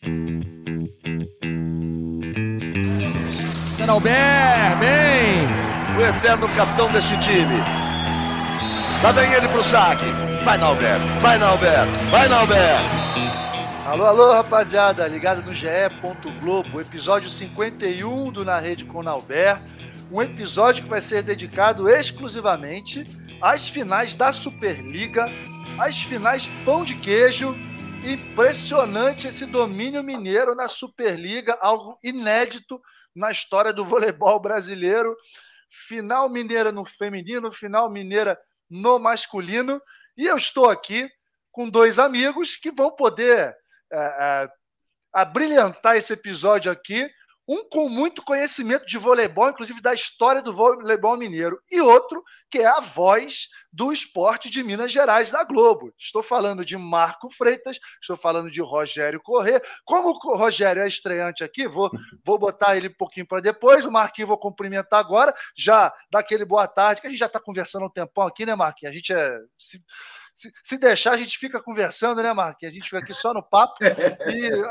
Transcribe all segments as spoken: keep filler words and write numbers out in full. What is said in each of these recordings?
Albert, bem! O eterno capitão deste time. Lá vem ele pro saque. Vai, Nalber, vai, Nalber, vai, Nalber! Alô, alô, rapaziada, ligado no G E. Globo, episódio cinquenta e um do Na Rede com Nalber. Um episódio que vai ser dedicado exclusivamente às finais da Superliga, às finais pão de queijo. Impressionante esse domínio mineiro na Superliga, algo inédito na história do voleibol brasileiro. Final mineira no feminino, final mineira no masculino. E eu estou aqui com dois amigos que vão poder é, é, abrilhantar esse episódio aqui. Um com muito conhecimento de voleibol, inclusive da história do voleibol mineiro, e outro que é a voz do esporte de Minas Gerais da Globo. Estou falando de Marco Freitas, estou falando de Rogério Corrêa. Como o Rogério é estreante aqui, vou, vou botar ele um pouquinho para depois, o Marquinhos vou cumprimentar agora, já dá aquele boa tarde, que a gente já está conversando um tempão aqui, né, Marquinhos? A gente é... Se, se, se deixar, a gente fica conversando, né, Marquinhos? A gente fica aqui só no papo e...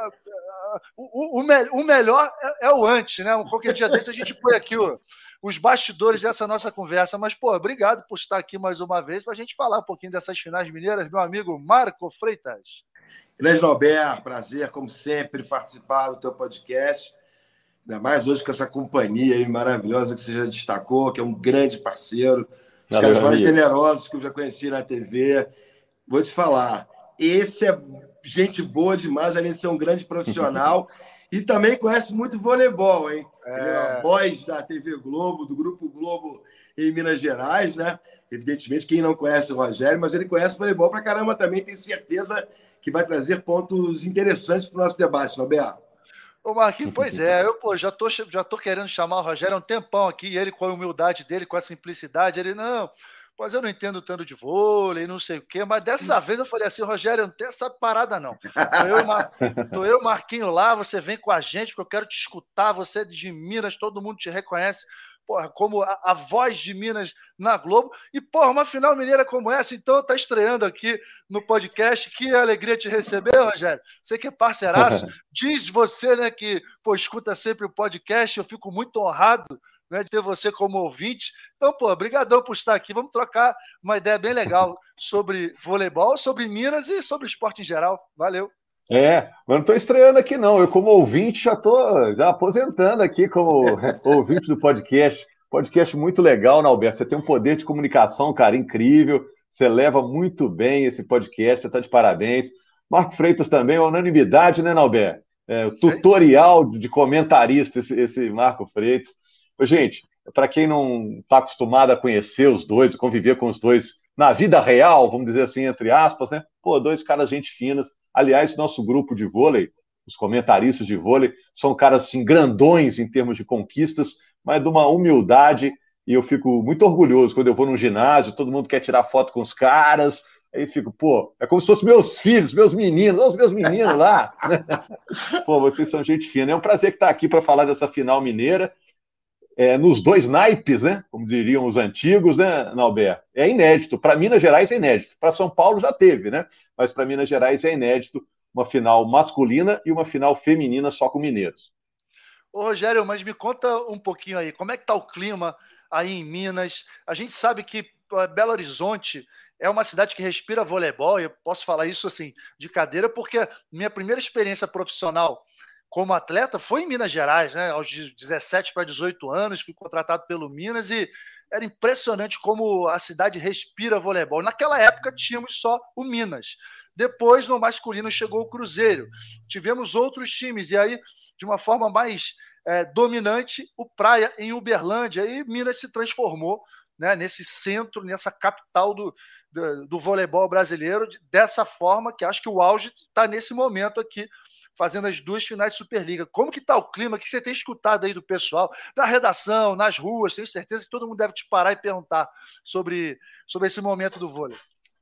O, o, o melhor é, é o antes, né? Qualquer dia desse a gente põe aqui o, os bastidores dessa nossa conversa. Mas, pô, obrigado por estar aqui mais uma vez para a gente falar um pouquinho dessas finais mineiras, meu amigo Marco Freitas. Grande Nalber, prazer, como sempre, participar do teu podcast. Ainda mais hoje com essa companhia aí maravilhosa que você já destacou, que é um grande parceiro, os Valeu, caras mais amigo. generosos que eu já conheci na T V. Vou te falar, esse é gente boa demais, além de ser um grande profissional. E também conhece muito voleibol, hein? É... Ele é a voz da T V Globo, do Grupo Globo em Minas Gerais, né? Evidentemente, quem não conhece o Rogério, mas ele conhece voleibol pra caramba também, tenho certeza que vai trazer pontos interessantes para o nosso debate, Norberto. Ô, Marquinhos, pois é, eu pô, já, tô, já tô querendo chamar o Rogério há um tempão aqui, e ele com a humildade dele, com a simplicidade, ele, não... Mas eu não entendo tanto de vôlei, não sei o quê. Mas dessa vez eu falei assim, Rogério, não tem essa parada, não. Tô eu, Mar... Tô eu Marquinho lá, você vem com a gente, porque eu quero te escutar, você é de Minas, todo mundo te reconhece, porra, como a, a voz de Minas na Globo. E, porra, uma final mineira como essa, então tá estreando aqui no podcast. Que alegria te receber, Rogério. Você que é parceiraço. Diz você, né, que, pô, escuta sempre o podcast, eu fico muito honrado, né, de ter você como ouvinte. Então, pô, brigadão por estar aqui. Vamos trocar uma ideia bem legal sobre voleibol, sobre Minas e sobre o esporte em geral. Valeu. É, mas não estou estreando aqui, não. Eu, como ouvinte, já estou já aposentando aqui como ouvinte do podcast. Podcast muito legal, Nalber. Você tem um poder de comunicação, cara, incrível. Você leva muito bem esse podcast. Você está de parabéns. Marco Freitas também, uma unanimidade, né, Nalber? É, o tutorial de comentarista, esse, esse Marco Freitas. Gente, para quem não está acostumado a conhecer os dois, conviver com os dois na vida real, vamos dizer assim, entre aspas, né? Pô, dois caras gente finas. Aliás, nosso grupo de vôlei, os comentaristas de vôlei, são caras assim, grandões em termos de conquistas, mas de uma humildade, e eu fico muito orgulhoso quando eu vou num ginásio, todo mundo quer tirar foto com os caras, aí fico, pô, é como se fossem meus filhos, meus meninos, os meus meninos lá. Pô, vocês são gente fina. É um prazer estar aqui para falar dessa final mineira. É, nos dois naipes, né? Como diriam os antigos, né, Nalber? É inédito. Para Minas Gerais é inédito. Para São Paulo já teve, né? Mas para Minas Gerais é inédito uma final masculina e uma final feminina só com mineiros. Ô, Rogério, mas me conta um pouquinho aí, como é que tá o clima aí em Minas? A gente sabe que Belo Horizonte é uma cidade que respira voleibol, e eu posso falar isso assim de cadeira, porque minha primeira experiência profissional como atleta foi em Minas Gerais, né? Aos dezessete para dezoito anos, fui contratado pelo Minas e era impressionante como a cidade respira voleibol. Naquela época tínhamos só o Minas. Depois, no masculino, chegou o Cruzeiro. Tivemos outros times, e aí, de uma forma mais é, dominante, o Praia em Uberlândia, e Minas se transformou, né, nesse centro, nessa capital do, do, do voleibol brasileiro, dessa forma que acho que o auge está nesse momento aqui, fazendo as duas finais de Superliga. Como que está o clima que você tem escutado aí do pessoal, na redação, nas ruas? Tenho certeza que todo mundo deve te parar e perguntar sobre, sobre esse momento do vôlei.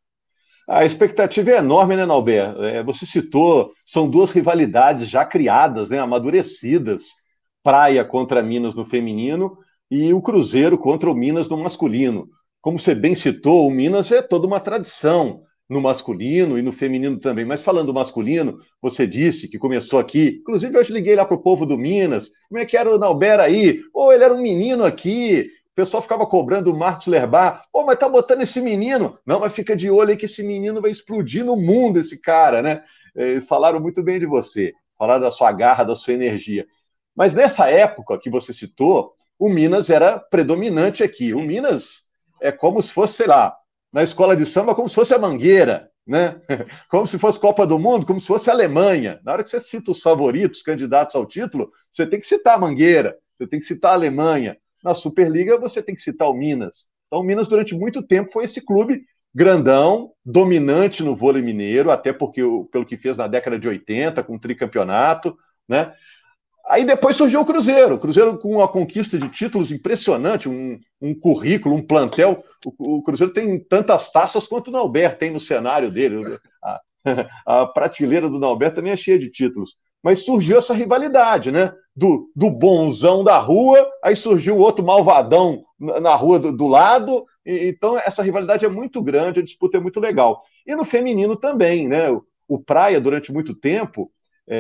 A expectativa é enorme, né, Nalber? É, você citou, são duas rivalidades já criadas, né, amadurecidas. Praia contra Minas no feminino e o Cruzeiro contra o Minas no masculino. Como você bem citou, o Minas é toda uma tradição. no masculino e no feminino também. Mas falando do masculino, você disse que começou aqui, inclusive eu liguei lá para o povo do Minas, como é que era o Nauber aí? Pô, ele era um menino aqui, o pessoal ficava cobrando o Marcos Lerbar, pô, mas tá botando esse menino? Não, mas fica de olho aí que esse menino vai explodir no mundo, esse cara, né? Eles falaram muito bem de você, falaram da sua garra, da sua energia. Mas nessa época que você citou, o Minas era predominante aqui. O Minas é como se fosse, sei lá, na escola de samba, como se fosse a Mangueira, né? Como se fosse Copa do Mundo, como se fosse a Alemanha. Na hora que você cita os favoritos, candidatos ao título, você tem que citar a Mangueira, você tem que citar a Alemanha. Na Superliga, você tem que citar o Minas. Então, o Minas, durante muito tempo, foi esse clube grandão, dominante no vôlei mineiro, até porque, pelo que fez na década de oitenta, com o tricampeonato, né? Aí depois surgiu o Cruzeiro, o Cruzeiro com uma conquista de títulos impressionante, um, um currículo, um plantel. O, o Cruzeiro tem tantas taças quanto o Nauber tem no cenário dele. A, a prateleira do Nauber também é cheia de títulos. Mas surgiu essa rivalidade, né? Do, do bonzão da rua, aí surgiu o outro malvadão na, na rua do, do lado. E, então essa rivalidade é muito grande, a disputa é muito legal. E no feminino também, né? O, o Praia, durante muito tempo,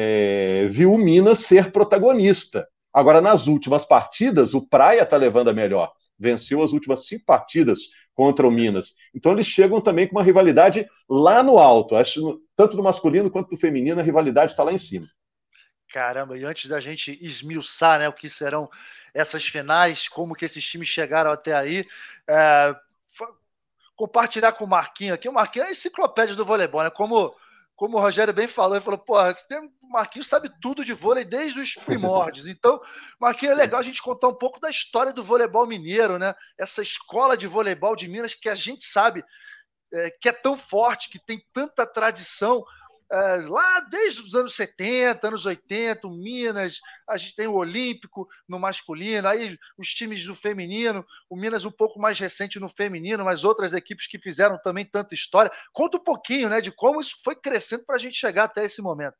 É, viu o Minas ser protagonista. Agora, nas últimas partidas, o Praia está levando a melhor. Venceu as últimas cinco partidas contra o Minas. Então, eles chegam também com uma rivalidade lá no alto. Acho, tanto do masculino quanto do feminino, a rivalidade está lá em cima. Caramba, e antes da gente esmiuçar, né, o que serão essas finais, como que esses times chegaram até aí, é, compartilhar com o Marquinho aqui. O Marquinho é a enciclopédia do voleibol, né? Como... Como o Rogério bem falou, ele falou, pô, o Marquinhos sabe tudo de vôlei desde os primórdios. Então, Marquinhos, é legal a gente contar um pouco da história do voleibol mineiro, né? Essa escola de voleibol de Minas que a gente sabe é, que é tão forte, que tem tanta tradição, é, lá desde os anos setenta, anos oitenta, o Minas, a gente tem o Olímpico no masculino, aí os times do feminino, o Minas um pouco mais recente no feminino, mas outras equipes que fizeram também tanta história. Conta um pouquinho, né, de como isso foi crescendo para a gente chegar até esse momento.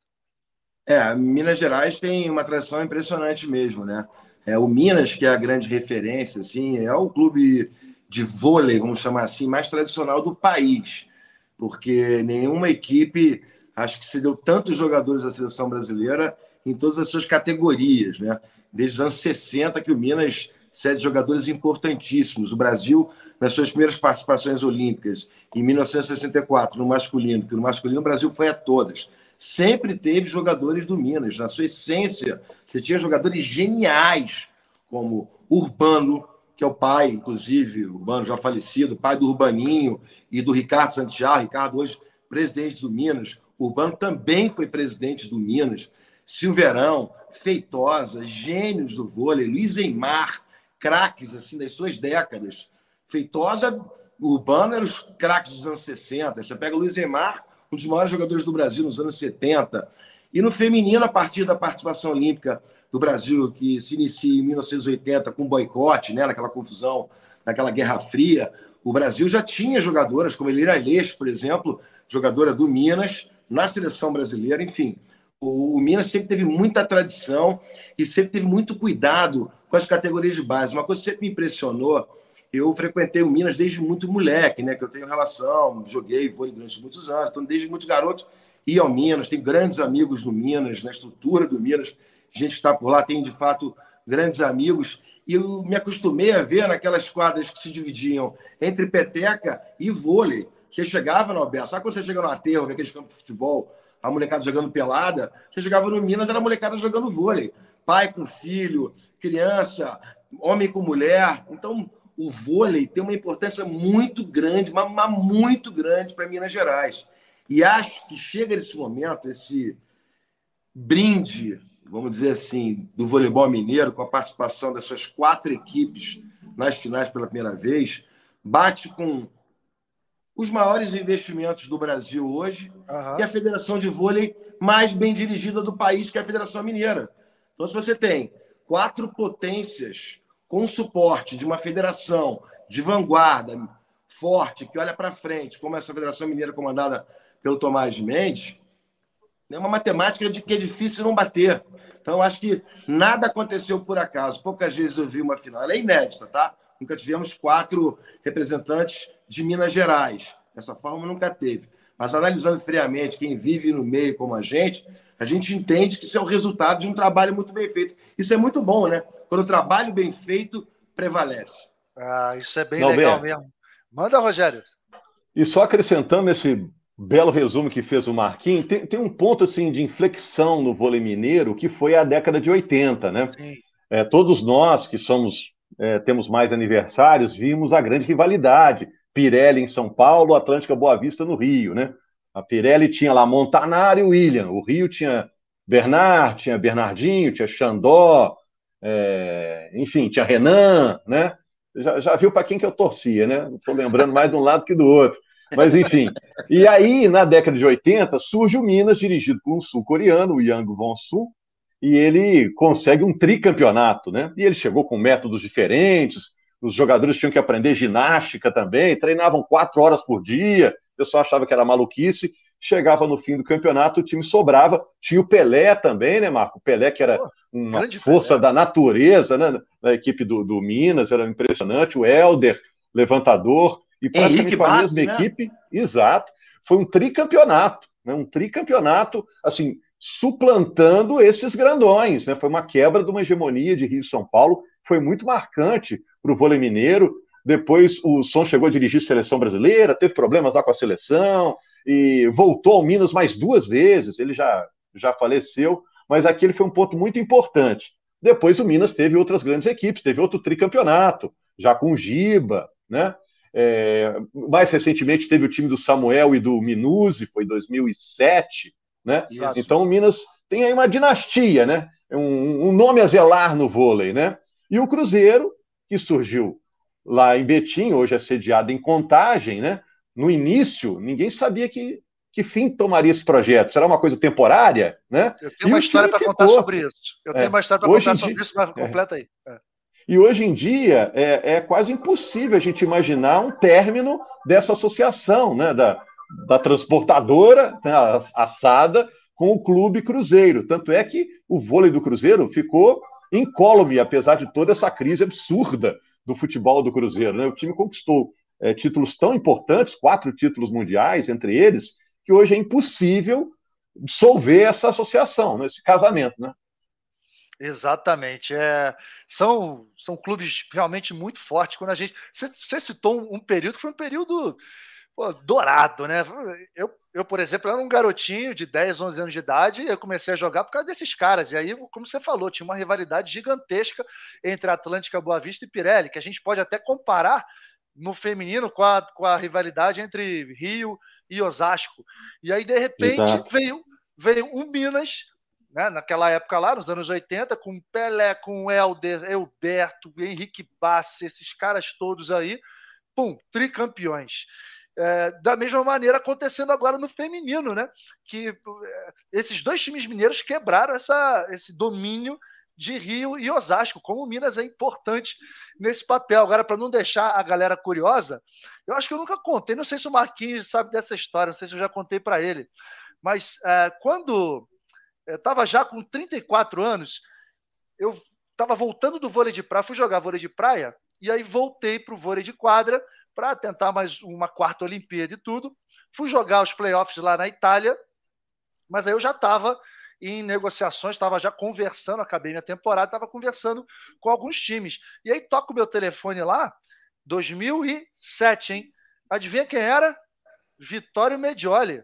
É, Minas Gerais tem uma tradição impressionante mesmo, né? É, o Minas, que é a grande referência, assim, é o clube de vôlei, vamos chamar assim, mais tradicional do país, porque nenhuma equipe... Acho que se deu tantos jogadores da seleção brasileira em todas as suas categorias, né? Desde os anos sessenta que o Minas cede jogadores importantíssimos. O Brasil, nas suas primeiras participações olímpicas, em mil novecentos e sessenta e quatro, no masculino, que no masculino o Brasil foi a todas, sempre teve jogadores do Minas. Na sua essência, você tinha jogadores geniais, como Urbano, que é o pai, inclusive, Urbano já falecido, pai do Urbaninho e do Ricardo Santiago. Ricardo hoje presidente do Minas. Urbano também foi presidente do Minas. Silveirão, Feitosa, gênios do vôlei, Luiz Eimar, craques assim, das suas décadas. Feitosa, Urbano eram os craques dos anos sessenta. Você pega o Luiz Eimar, um dos maiores jogadores do Brasil nos anos setenta. E no feminino, a partir da participação olímpica do Brasil, que se inicia em mil novecentos e oitenta com boicote, né, naquela confusão, naquela Guerra Fria, o Brasil já tinha jogadoras, como Elira Aleixo, por exemplo, jogadora do Minas, na seleção brasileira. Enfim, o, o Minas sempre teve muita tradição e sempre teve muito cuidado com as categorias de base. Uma coisa que sempre me impressionou, eu frequentei o Minas desde muito moleque, né, que eu tenho relação, joguei vôlei durante muitos anos, então desde muito garoto ia ao Minas, tenho grandes amigos no Minas, na estrutura do Minas, gente que está por lá tem, de fato, grandes amigos, e eu me acostumei a ver naquelas quadras que se dividiam entre peteca e vôlei. Você chegava no Alberto, sabe quando você chega no aterro, vê aqueles campos de futebol, a molecada jogando pelada? Você chegava no Minas, era a molecada jogando vôlei. Pai com filho, criança, homem com mulher. Então, o vôlei tem uma importância muito grande, mas, mas muito grande para Minas Gerais. E acho que chega nesse momento, esse brinde, vamos dizer assim, do voleibol mineiro, com a participação dessas quatro equipes nas finais pela primeira vez, bate com os maiores investimentos do Brasil hoje, uhum. E a federação de vôlei mais bem dirigida do país, que é a Federação Mineira. Então, se você tem quatro potências com suporte de uma federação de vanguarda, forte, que olha para frente, como essa Federação Mineira comandada pelo Tomás Mendes, é uma matemática de que é difícil não bater. Então, acho que nada aconteceu por acaso. Poucas vezes eu vi uma final. Ela é inédita, tá? Nunca tivemos quatro representantes de Minas Gerais. Dessa forma, nunca teve. Mas analisando friamente, quem vive no meio como a gente, a gente entende que isso é o resultado de um trabalho muito bem feito. Isso é muito bom, né? Quando o trabalho bem feito prevalece. Ah, isso é bem Não, legal bem. mesmo. Manda, Rogério. E só acrescentando esse belo resumo que fez o Marquinhos, tem, tem um ponto assim de inflexão no vôlei mineiro que foi a década de oitenta, né? Sim. É, todos nós que somos é, temos mais aniversários vimos a grande rivalidade. Pirelli em São Paulo, Atlântica Boa Vista no Rio, né? A Pirelli tinha lá Montanari e William. O Rio tinha Bernard, tinha Bernardinho, tinha Xandó, é, enfim, tinha Renan, né? Já, já viu para quem que eu torcia, né? Não estou lembrando mais de um lado que do outro. Mas, enfim. E aí, na década de oitenta, surge o Minas, dirigido por um sul-coreano, o Yang Won-soo, e ele consegue um tricampeonato, né? E ele chegou com métodos diferentes, os jogadores tinham que aprender ginástica também, treinavam quatro horas por dia, o pessoal achava que era maluquice, chegava no fim do campeonato, o time sobrava, tinha o Pelé também, né, Marco? O Pelé, que era uma força Pelé da natureza, né, na equipe do, do Minas, era impressionante, o Helder, levantador, e praticamente com a mesma né? equipe, exato, foi um tricampeonato, né, um tricampeonato, assim, suplantando esses grandões, né, foi uma quebra de uma hegemonia de Rio e São Paulo, foi muito marcante para o vôlei mineiro. Depois o Som chegou a dirigir a seleção brasileira, teve problemas lá com a seleção, e voltou ao Minas mais duas vezes, ele já, já faleceu, mas aquele foi um ponto muito importante. Depois o Minas teve outras grandes equipes, teve outro tricampeonato, já com o Giba, né? É, mais recentemente teve o time do Samuel e do Minuzzi, foi em dois mil e sete, né? Então o Minas tem aí uma dinastia, né? Um, um nome a zelar no vôlei, né? E o Cruzeiro, que surgiu lá em Betim, hoje é sediado em Contagem, né? No início, ninguém sabia que, que fim tomaria esse projeto. Será uma coisa temporária, né? Eu tenho e uma história para contar sobre isso. Eu tenho é, uma história para contar sobre dia... isso, mas completa aí. É. E hoje em dia é, é quase impossível a gente imaginar um término dessa associação, né? Da, da transportadora, né? a, a SADA, com o Clube Cruzeiro. Tanto é que o vôlei do Cruzeiro ficou incólume, apesar de toda essa crise absurda do futebol do Cruzeiro, né? O time conquistou é, títulos tão importantes, quatro títulos mundiais entre eles, que hoje é impossível dissolver essa associação, né? Esse casamento, né? Exatamente. É, são, são clubes realmente muito fortes. Quando a gente, você, você citou um, um período que foi um período pô, dourado, né? Eu, eu, por exemplo, era um garotinho de dez, onze anos de idade e eu comecei a jogar por causa desses caras. E aí, como você falou, tinha uma rivalidade gigantesca entre a Atlântica Boa Vista e Pirelli, que a gente pode até comparar no feminino com a, com a rivalidade entre Rio e Osasco. E aí, de repente, veio, veio o Minas, né, naquela época lá, nos anos oitenta, com Pelé, com Helder, Elberto, Henrique Bassi, esses caras todos aí, pum, tricampeões. É, da mesma maneira acontecendo agora no feminino, né? Que é, esses dois times mineiros quebraram essa, esse domínio de Rio e Osasco, como o Minas é importante nesse papel. Agora, para não deixar a galera curiosa, eu acho que eu nunca contei, não sei se o Marquinhos sabe dessa história, não sei se eu já contei para ele, mas é, quando eu estava já com trinta e quatro anos, eu estava voltando do vôlei de praia, fui jogar vôlei de praia, e aí voltei para o vôlei de quadra, para tentar mais uma quarta Olimpíada e tudo. Fui jogar os playoffs lá na Itália, mas aí eu já estava em negociações, estava já conversando, acabei minha temporada, estava conversando com alguns times. E aí toca o meu telefone lá, dois mil e sete, hein? Adivinha quem era? Vitório Medioli.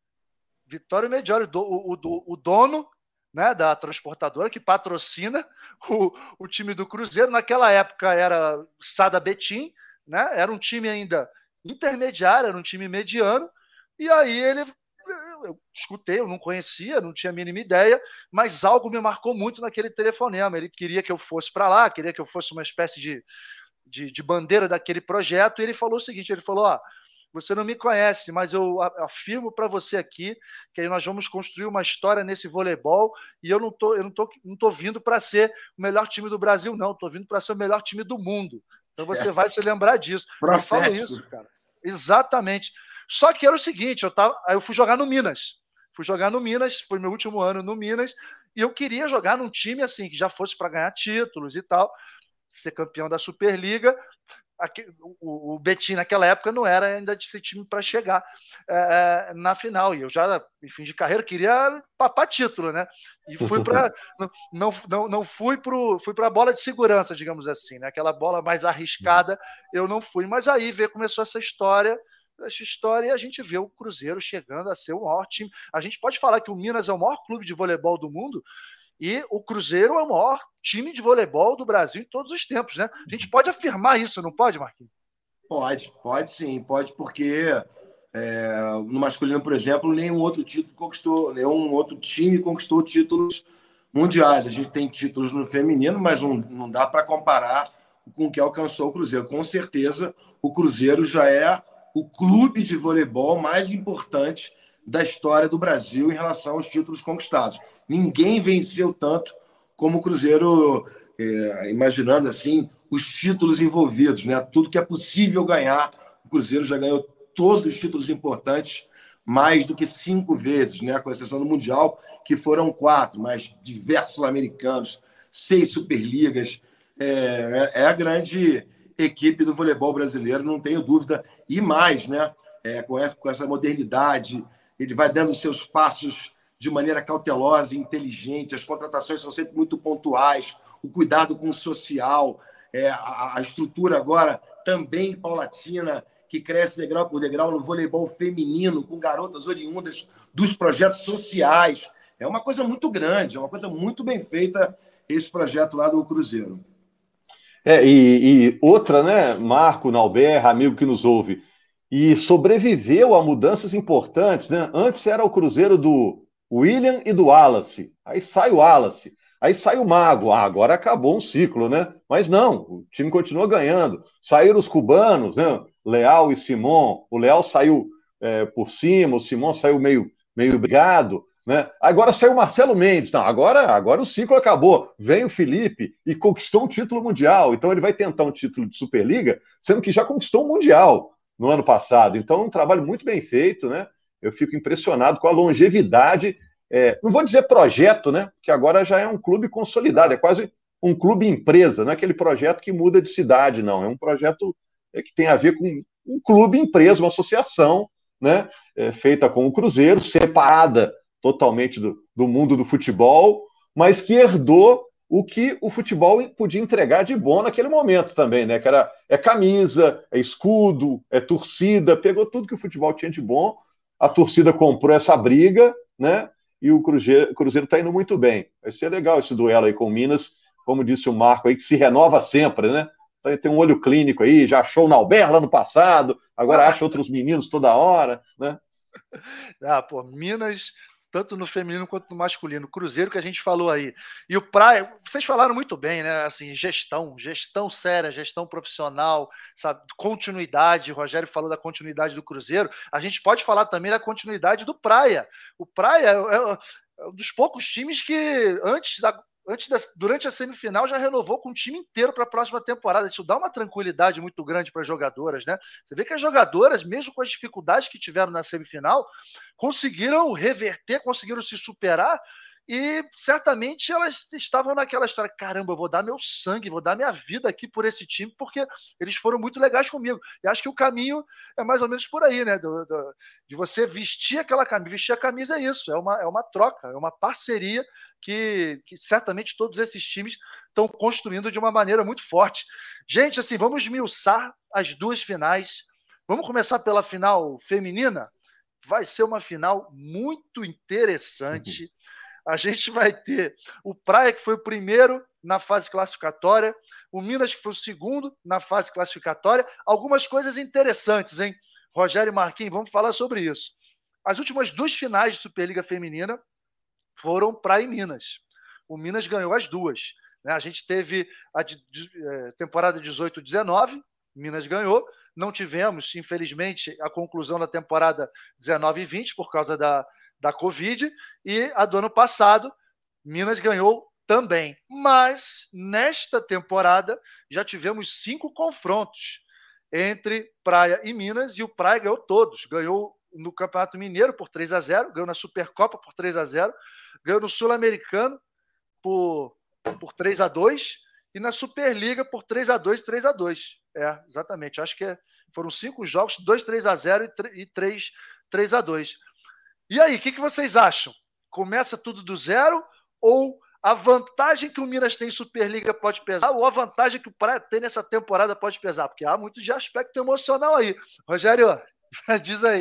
Vitório Medioli, do, o, o, o dono, né, da transportadora que patrocina o, o time do Cruzeiro. Naquela época era Sada Betim, né? Era um time ainda intermediário, era um time mediano, e aí ele, eu escutei, eu não conhecia, não tinha a mínima ideia, mas algo me marcou muito naquele telefonema. Ele queria que eu fosse para lá, queria que eu fosse uma espécie de, de, de bandeira daquele projeto, e ele falou o seguinte, ele falou, ó, você não me conhece, mas eu afirmo para você aqui que aí nós vamos construir uma história nesse voleibol, e eu não tô, eu não tô, não tô vindo para ser o melhor time do Brasil, não, tô vindo para ser o melhor time do mundo. Então você é. vai se lembrar disso. Eu falo isso, cara. Exatamente. Só que era o seguinte, eu tava, aí eu fui jogar no Minas. Fui jogar no Minas, foi meu último ano no Minas, e eu queria jogar num time assim, que já fosse para ganhar títulos e tal, ser campeão da Superliga. o, o Betim naquela época não era ainda desse time para chegar é, na final, e eu já, em fim de carreira, queria papar título, né? E fui para não, não, não, não fui para fui para a bola de segurança, digamos assim, né? Aquela bola mais arriscada, eu não fui, mas aí veio, começou essa história. Essa história, a gente vê o Cruzeiro chegando a ser o maior time. A gente pode falar que o Minas é o maior clube de voleibol do mundo, e o Cruzeiro é o maior time de voleibol do Brasil em todos os tempos, né? A gente pode afirmar isso, não pode, Marquinhos? Pode, pode sim, pode, porque é, no masculino, por exemplo, nenhum outro título conquistou, nenhum outro time conquistou títulos mundiais. A gente tem títulos no feminino, mas não, não dá para comparar com o que alcançou o Cruzeiro. Com certeza, o Cruzeiro já é o clube de voleibol mais importante da história do Brasil em relação aos títulos conquistados. Ninguém venceu tanto como o Cruzeiro, é, imaginando assim os títulos envolvidos, né? Tudo que é possível ganhar, o Cruzeiro já ganhou todos os títulos importantes mais do que cinco vezes, né? Com exceção do Mundial, que foram quatro, mas diversos americanos, seis Superligas. É, é a grande equipe do voleibol brasileiro, não tenho dúvida. E mais, né? É, com essa modernidade, ele vai dando os seus passos de maneira cautelosa e inteligente, as contratações são sempre muito pontuais, o cuidado com o social, é, a, a estrutura agora também paulatina, que cresce degrau por degrau no voleibol feminino, com garotas oriundas dos projetos sociais. É uma coisa muito grande, é uma coisa muito bem feita esse projeto lá do Cruzeiro. É, e, e outra, né, Marco, Nauber, amigo que nos ouve, e sobreviveu a mudanças importantes, né? Antes era o Cruzeiro do William e do Wallace, aí sai o Wallace, aí sai o Mago, ah, agora acabou um ciclo, né? Mas não, o time continua ganhando. Saíram os cubanos, né? Leal e Simon, o Leal saiu é, por cima, o Simon saiu meio, meio brigado, né? Agora saiu o Marcelo Mendes, não, agora, agora o ciclo acabou, vem o Felipe e conquistou um título mundial, então ele vai tentar um título de Superliga, sendo que já conquistou um mundial no ano passado, então um trabalho muito bem feito, né? Eu fico impressionado com a longevidade, é, não vou dizer projeto, né? Porque agora já é um clube consolidado, é quase um clube empresa, não é aquele projeto que muda de cidade, não. É um projeto que tem a ver com um clube empresa, uma associação, né? É, feita com o Cruzeiro, separada totalmente do, do mundo do futebol, mas que herdou o que o futebol podia entregar de bom naquele momento também, né? Que era é camisa, é escudo, é torcida, pegou tudo que o futebol tinha de bom. A torcida comprou essa briga, né? E o Cruzeiro Cruzeiro está indo muito bem. Vai ser legal esse duelo aí com o Minas, como disse o Marco aí, que se renova sempre, né? Tem um olho clínico aí, já achou o Nauber lá no passado, agora ah. acha outros meninos toda hora, né? Ah, pô, Minas, tanto no feminino quanto no masculino, Cruzeiro que a gente falou aí. E o Praia, vocês falaram muito bem, né? Assim, gestão, gestão séria, gestão profissional, sabe? Continuidade. O Rogério falou da continuidade do Cruzeiro. A gente pode falar também da continuidade do Praia. O Praia é um dos poucos times que antes da Antes da, durante a semifinal já renovou com o time inteiro para a próxima temporada. Isso dá uma tranquilidade muito grande para as jogadoras, né? Você vê que as jogadoras, mesmo com as dificuldades que tiveram na semifinal, conseguiram reverter, conseguiram se superar e certamente elas estavam naquela história, caramba, eu vou dar meu sangue, vou dar minha vida aqui por esse time, porque eles foram muito legais comigo. E acho que o caminho é mais ou menos por aí, né? Do, do, de você vestir aquela camisa. Vestir a camisa é isso, é uma, é uma troca, é uma parceria que, que certamente todos esses times estão construindo de uma maneira muito forte. Gente, assim, vamos esmiuçar as duas finais. Vamos começar pela final feminina? Vai ser uma final muito interessante. Uhum. A gente vai ter o Praia, que foi o primeiro na fase classificatória, o Minas, que foi o segundo na fase classificatória. Algumas coisas interessantes, hein? Rogério e Marquinhos, vamos falar sobre isso. As últimas duas finais de Superliga Feminina foram Praia e Minas. O Minas ganhou as duas, né? A gente teve a de, de, é, temporada dezoito dezenove, Minas ganhou. Não tivemos, infelizmente, a conclusão da temporada dezenove e vinte por causa da da Covid, e a do ano passado, Minas ganhou também. Mas, nesta temporada, já tivemos cinco confrontos entre Praia e Minas, e o Praia ganhou todos. Ganhou no Campeonato Mineiro por três a zero, ganhou na Supercopa por três a zero, ganhou no Sul-Americano por, por três a dois, e na Superliga por três a dois, três a dois. É, exatamente. Acho que é, foram cinco jogos, dois três a zero e três três a dois. E aí, o que, que vocês acham? Começa tudo do zero ou a vantagem que o Minas tem em Superliga pode pesar ou a vantagem que o Praia tem nessa temporada pode pesar? Porque há muito de aspecto emocional aí. Rogério, diz aí.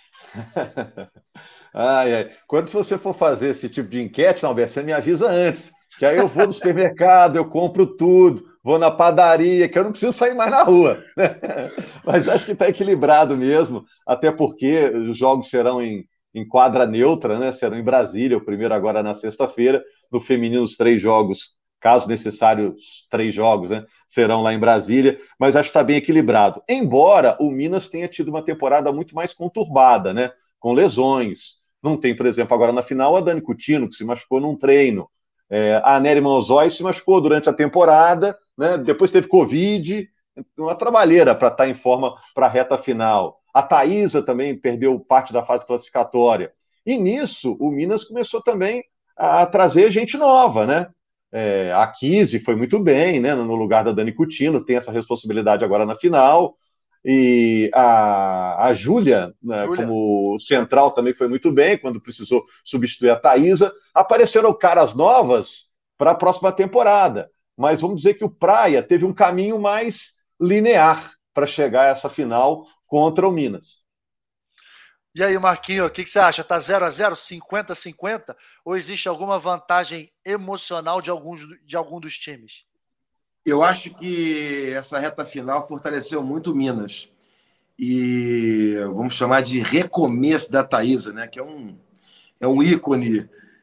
Ai, ai. Quando você for fazer esse tipo de enquete, Alberto, você me avisa antes, que aí eu vou no supermercado, eu compro tudo, vou na padaria, que eu não preciso sair mais na rua. Né? Mas acho que está equilibrado mesmo, até porque os jogos serão em, em quadra neutra, né? Serão em Brasília, o primeiro agora na sexta-feira, no feminino os três jogos, caso necessário, os três jogos, né? Serão lá em Brasília, mas acho que está bem equilibrado. Embora o Minas tenha tido uma temporada muito mais conturbada, né? Com lesões. Não tem, por exemplo, agora na final a Dani Coutinho, que se machucou num treino. É, a Nery Monzói se machucou durante a temporada, né? Depois teve Covid, uma trabalheira para estar em forma para a reta final. A Thaísa também perdeu parte da fase classificatória. E nisso, o Minas começou também a trazer gente nova, né? É, a Kise foi muito bem, né? No lugar da Dani Coutinho, tem essa responsabilidade agora na final. E a, a Júlia, né, como central, também foi muito bem, quando precisou substituir a Thaísa. Apareceram caras novas para a próxima temporada, mas vamos dizer que o Praia teve um caminho mais linear para chegar a essa final contra o Minas. E aí, Marquinho, o que, que você acha? Está zero a zero, cinquenta a cinquenta? Ou existe alguma vantagem emocional de, alguns, de algum dos times? Eu acho que essa reta final fortaleceu muito o Minas. E vamos chamar de recomeço da Thaísa, né? Que é um, é um ícone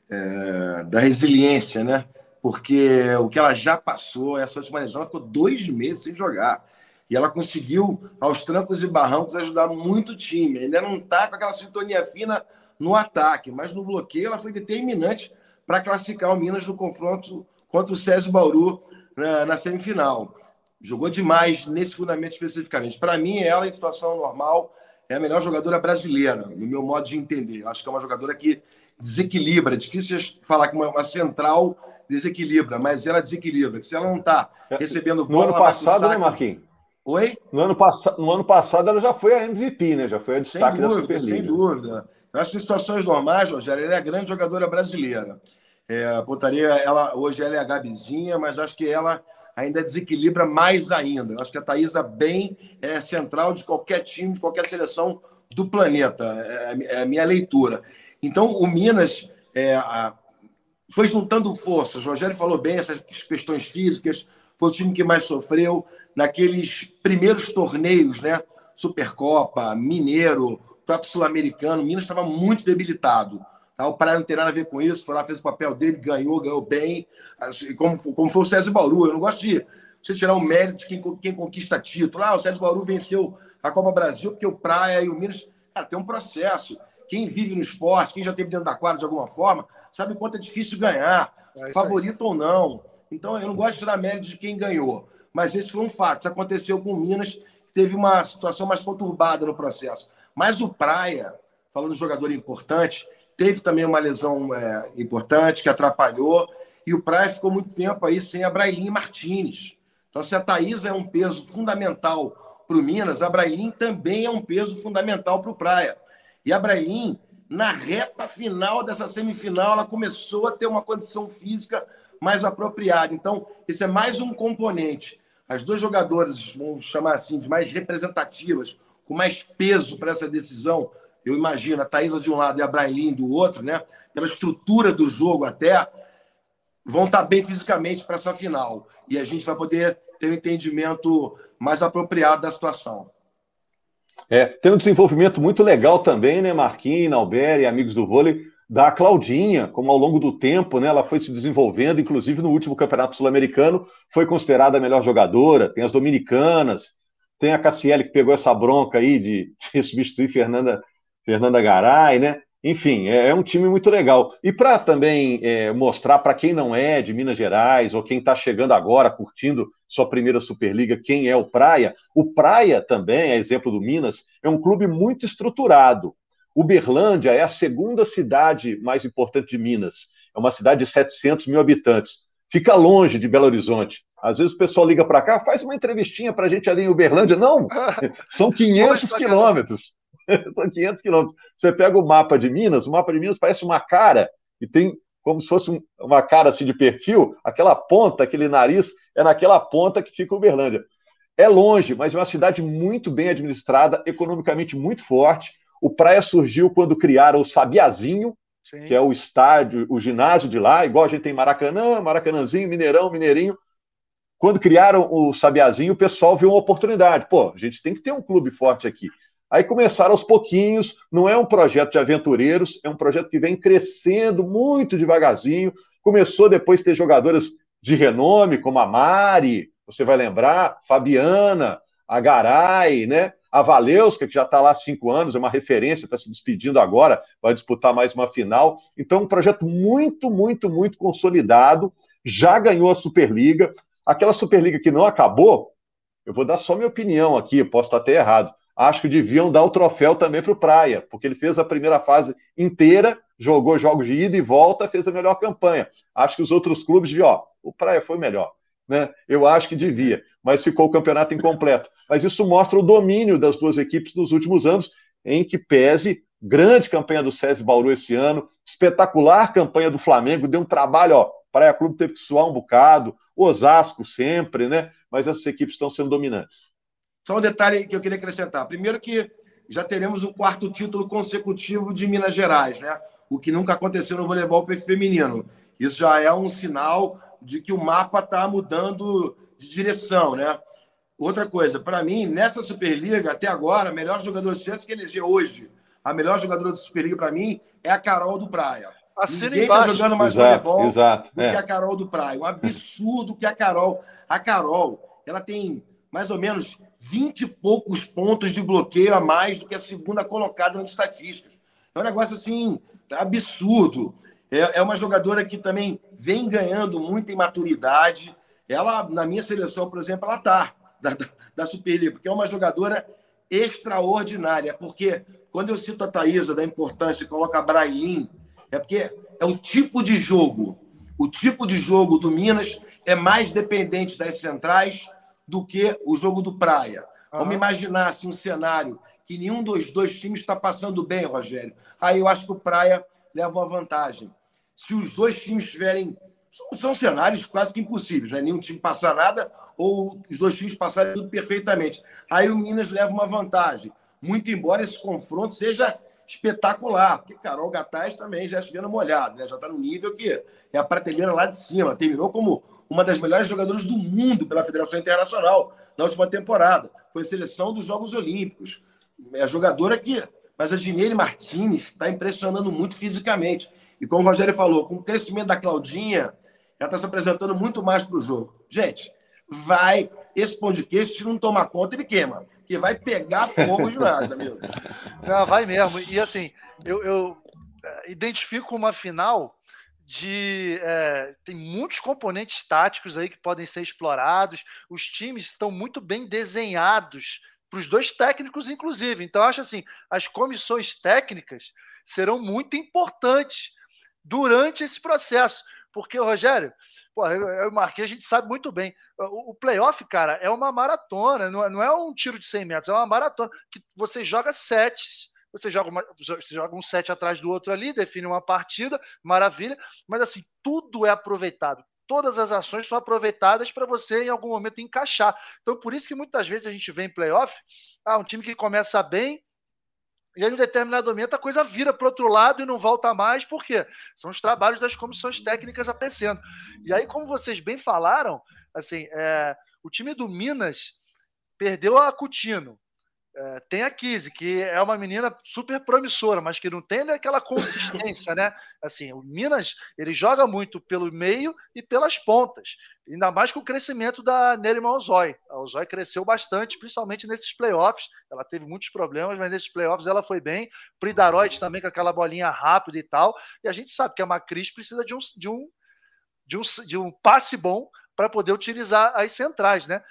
é, da resiliência, né? Porque o que ela já passou, essa última lesão, ela ficou dois meses sem jogar. E ela conseguiu, aos trancos e barrancos, ajudar muito o time. Ainda não está com aquela sintonia fina no ataque, mas no bloqueio ela foi determinante para classificar o Minas no confronto contra o César Bauru na, na semifinal. Jogou demais nesse fundamento especificamente. Para mim, ela, em situação normal, é a melhor jogadora brasileira, no meu modo de entender. Eu acho que é uma jogadora que desequilibra. É difícil falar que uma, uma central desequilibra, mas ela desequilibra. Que se ela não está recebendo bola... No ano passado, né, Marquinhos? Oi? No ano, pass... no ano passado ela já foi a M V P, né? Já foi a destaque sem dúvida, da Superliga. Sem dúvida. Eu acho que em situações normais, Rogério, ela é a grande jogadora brasileira. É, a pontaria, ela, hoje ela é a Gabizinha, mas acho que ela ainda desequilibra mais ainda. Eu acho que a Thaísa bem é central de qualquer time, de qualquer seleção do planeta. É, é a minha leitura. Então, o Minas é, a, foi juntando forças. O Rogério falou bem essas questões físicas. Foi o time que mais sofreu naqueles primeiros torneios, né? Supercopa, Mineiro, próprio Sul-Americano. O Minas estava muito debilitado. Tá? O Praia não tem nada a ver com isso. Foi lá, fez o papel dele, ganhou, ganhou bem. Assim, como, como foi o César Bauru. Eu não gosto de você tirar o mérito de quem, quem conquista título. Ah, o César Bauru venceu a Copa Brasil porque o Praia e o Minas... Cara, tem um processo. Quem vive no esporte, quem já esteve dentro da quadra de alguma forma, sabe o quanto é difícil ganhar, é favorito ou não. Então, eu não gosto de tirar mérito de quem ganhou. Mas esse foi um fato. Isso aconteceu com o Minas, que teve uma situação mais conturbada no processo. Mas o Praia, falando de jogador importante, teve também uma lesão é, importante que atrapalhou. E o Praia ficou muito tempo aí sem a Brailin Martins. Então, se a Thaísa é um peso fundamental para o Minas, a Brailin também é um peso fundamental para o Praia. E a Brailin, na reta final dessa semifinal, ela começou a ter uma condição física mais apropriada. Então, esse é mais um componente. As duas jogadoras, vamos chamar assim, de mais representativas, com mais peso para essa decisão, eu imagino, a Thaísa de um lado e a Brailin do outro, né? Pela estrutura do jogo até, vão estar bem fisicamente para essa final. E a gente vai poder ter um entendimento mais apropriado da situação. É, tem um desenvolvimento muito legal também, né, Marquinhos, Albert e amigos do vôlei, da Claudinha, como ao longo do tempo, né, ela foi se desenvolvendo, inclusive no último Campeonato Sul-Americano, foi considerada a melhor jogadora. Tem as dominicanas, tem a Cassiele que pegou essa bronca aí de, de substituir Fernanda, Fernanda Garay, né? Enfim, é, é um time muito legal. E para também é, mostrar para quem não é de Minas Gerais ou quem está chegando agora, curtindo sua primeira Superliga, quem é o Praia, o Praia também, a exemplo do Minas, é um clube muito estruturado. Uberlândia é a segunda cidade mais importante de Minas. É uma cidade de setecentos mil habitantes. Fica longe de Belo Horizonte. Às vezes o pessoal liga para cá, faz uma entrevistinha para a gente ali em Uberlândia. Não, são quinhentos quilômetros. São quinhentos quilômetros. Você pega o mapa de Minas, o mapa de Minas parece uma cara, e tem como se fosse um, uma cara assim de perfil, aquela ponta, aquele nariz, é naquela ponta que fica Uberlândia. É longe, mas é uma cidade muito bem administrada, economicamente muito forte. O Praia surgiu quando criaram o Sabiazinho, Sim. que é o estádio, o ginásio de lá, igual a gente tem Maracanã, Maracanãzinho, Mineirão, Mineirinho. Quando criaram o Sabiazinho, o pessoal viu uma oportunidade. Pô, a gente tem que ter um clube forte aqui. Aí começaram aos pouquinhos, não é um projeto de aventureiros, é um projeto que vem crescendo muito devagarzinho. Começou depois a ter jogadoras de renome, como a Mari, você vai lembrar, Fabiana, a Garay, né? A Valeuska, que já está lá há cinco anos, é uma referência, está se despedindo agora, vai disputar mais uma final. Então, um projeto muito, muito, muito consolidado, já ganhou a Superliga. Aquela Superliga que não acabou, eu vou dar só minha opinião aqui, posso estar até errado. Acho que deviam dar o troféu também para o Praia, porque ele fez a primeira fase inteira, jogou jogos de ida e volta, fez a melhor campanha. Acho que os outros clubes deviam, ó, o Praia foi melhor. Né? Eu acho que devia, mas ficou o campeonato incompleto. Mas isso mostra o domínio das duas equipes nos últimos anos, em que pese, grande campanha do SESI Bauru esse ano, espetacular campanha do Flamengo, deu um trabalho, ó, Praia Clube teve que suar um bocado, Osasco sempre, né? Mas essas equipes estão sendo dominantes. Só um detalhe que eu queria acrescentar. Primeiro que já teremos o quarto título consecutivo de Minas Gerais, né? O que nunca aconteceu no voleibol feminino. Isso já é um sinal de que o mapa está mudando de direção, né? Outra coisa, para mim, nessa Superliga, até agora, a melhor jogadora, se tivesse que eleger hoje, a melhor jogadora da Superliga, para mim, é a Carol do Praia. Assina Ninguém está jogando mais exato, voleibol exato, do é. que a Carol do Praia. Um absurdo que a Carol... A Carol, ela tem mais ou menos vinte e poucos pontos de bloqueio a mais do que a segunda colocada nas estatísticas. É um negócio, assim, absurdo. É uma jogadora que também vem ganhando muito em maturidade. Ela, na minha seleção, por exemplo, ela está da, da Superliga, porque é uma jogadora extraordinária. Porque quando eu cito a Thaísa da importância, coloca a Brailin, é porque é o tipo de jogo. O tipo de jogo do Minas é mais dependente das centrais do que o jogo do Praia. Uhum. Vamos imaginar assim, um cenário que nenhum dos dois times está passando bem, Rogério. Aí eu acho que o Praia leva uma vantagem. Se os dois times tiverem... São, são cenários quase que impossíveis, né? Nenhum time passar nada ou os dois times passarem tudo perfeitamente. Aí o Minas leva uma vantagem. Muito embora esse confronto seja espetacular, porque Carol Gataz também já é chovendo molhado, né? Já está no nível que é a prateleira lá de cima. Terminou como uma das melhores jogadoras do mundo pela Federação Internacional na última temporada. Foi seleção dos Jogos Olímpicos. É a jogadora que... Mas a Gineire Martins está impressionando muito fisicamente. E como o Rogério falou, com o crescimento da Claudinha, ela está se apresentando muito mais para o jogo. Gente, vai... Esse pão de queijo, se não tomar conta, ele queima. Porque vai pegar fogo de nada, amigo. Não, vai mesmo. E assim, eu, eu identifico uma final de... É, tem muitos componentes táticos aí que podem ser explorados. Os times estão muito bem desenhados para os dois técnicos, inclusive. Então, eu acho assim, as comissões técnicas serão muito importantes durante esse processo. Porque, Rogério, porra, eu, eu marquei, a gente sabe muito bem. O, o playoff, cara, é uma maratona, não é, não é um tiro de cem metros, é uma maratona que você joga sets, você joga, uma, você joga um set atrás do outro ali, define uma partida, maravilha, mas assim, tudo é aproveitado. Todas as ações são aproveitadas para você, em algum momento, encaixar. Então, por isso que muitas vezes a gente vê em playoff, ah, um time que começa bem, e aí, em um determinado momento, a coisa vira para o outro lado e não volta mais, por quê? São os trabalhos das comissões técnicas aparecendo. E aí, como vocês bem falaram, assim, é, o time do Minas perdeu a Coutinho. É, tem a Kizzy, que é uma menina super promissora, mas que não tem aquela consistência, né? Assim, o Minas, ele joga muito pelo meio e pelas pontas, ainda mais com o crescimento da Nerima Ozói. A Ozói cresceu bastante, principalmente nesses playoffs. Ela teve muitos problemas, mas nesses playoffs ela foi bem. Pridaroid também com aquela bolinha rápida e tal. E a gente sabe que a Macris precisa de um, de um, de um, de um passe bom para poder utilizar as centrais, né?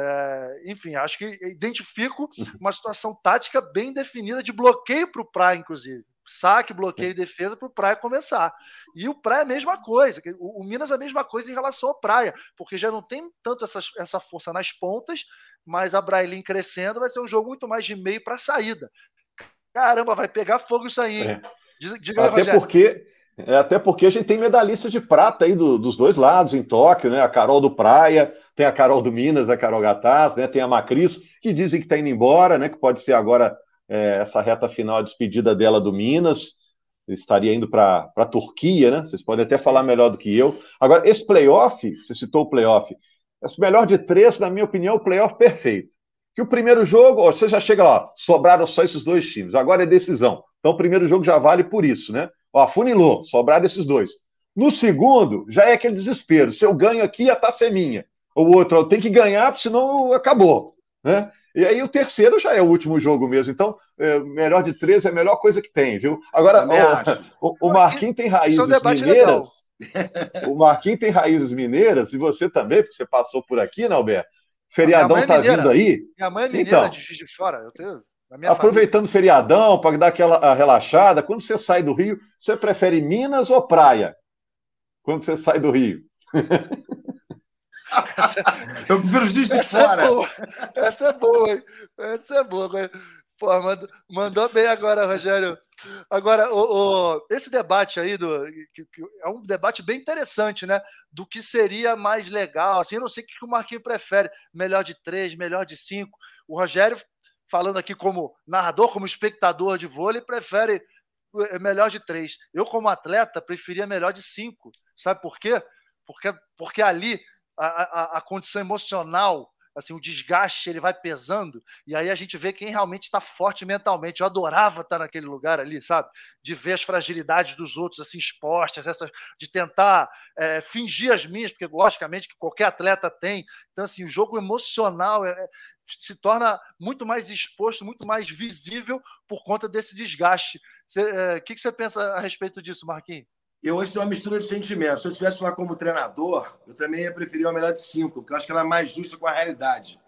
É, enfim, acho que identifico uma situação tática bem definida de bloqueio para o Praia, inclusive. saque, bloqueio e defesa para o Praia começar. E o Praia é a mesma coisa, o, o Minas é a mesma coisa em relação ao Praia, porque já não tem tanto essa, essa força nas pontas, mas a Brailin crescendo vai ser um jogo muito mais de meio para saída. Caramba, vai pegar fogo isso aí, hein? É. Diga, diga aí, até Rogério. porque é, Até porque a gente tem medalhistas de prata aí do, dos dois lados em Tóquio, né? A Carol do Praia, tem a Carol do Minas, a Carol Gataz, né? Tem a Macris, que dizem que está indo embora, né? Que pode ser agora é, essa reta final, a despedida dela do Minas, estaria indo para a Turquia, né? Vocês podem até falar melhor do que eu. Agora, esse playoff, você citou o playoff, esse melhor de três, na minha opinião, é o playoff perfeito. Que o primeiro jogo, ó, você já chega lá, sobraram só esses dois times, agora é decisão. Então o primeiro jogo já vale por isso, né? Ó, afunilou, sobraram esses dois. No segundo, já é aquele desespero. Se eu ganho aqui, a taça é minha. O outro, eu tenho que ganhar, senão acabou, né? E aí o terceiro já é o último jogo mesmo. Então, é, melhor de três é a melhor coisa que tem, viu? Agora, o, o, o Marquinhos tem raízes é um mineiras. Legal. O Marquinhos tem raízes mineiras, e você também, porque você passou por aqui, né, Alberto? Feriadão tá é vindo aí. Minha mãe é mineira, então, de Juiz de Fora. Eu tenho, aproveitando o feriadão, para dar aquela relaxada, quando você sai do Rio, você prefere Minas ou praia? Quando você sai do Rio? Eu prefiro Juiz de Essa Fora. É boa. Essa é boa, hein? Essa é boa. Pô, mandou, mandou bem agora, Rogério. Agora, o, o, esse debate aí do, que, que é um debate bem interessante, né? Do que seria mais legal. Assim, eu não sei o que o Marquinhos prefere. Melhor de três, melhor de cinco. O Rogério, falando aqui como narrador, como espectador de vôlei, prefere melhor de três. Eu, como atleta, preferia melhor de cinco. Sabe por quê? Porque, porque ali a, a, a condição emocional, assim, o desgaste, ele vai pesando, e aí a gente vê quem realmente está forte mentalmente. Eu adorava estar naquele lugar ali, sabe? De ver as fragilidades dos outros, assim, expostas, essa, de tentar é, fingir as minhas, porque, logicamente, que qualquer atleta tem. Então, assim, o jogo emocional é, se torna muito mais exposto, muito mais visível por conta desse desgaste. O é, que, que você pensa a respeito disso, Marquinhos? Eu hoje tenho uma mistura de sentimentos. Se eu estivesse lá como treinador, eu também ia preferir uma melhor de cinco, porque eu acho que ela é mais justa com a realidade.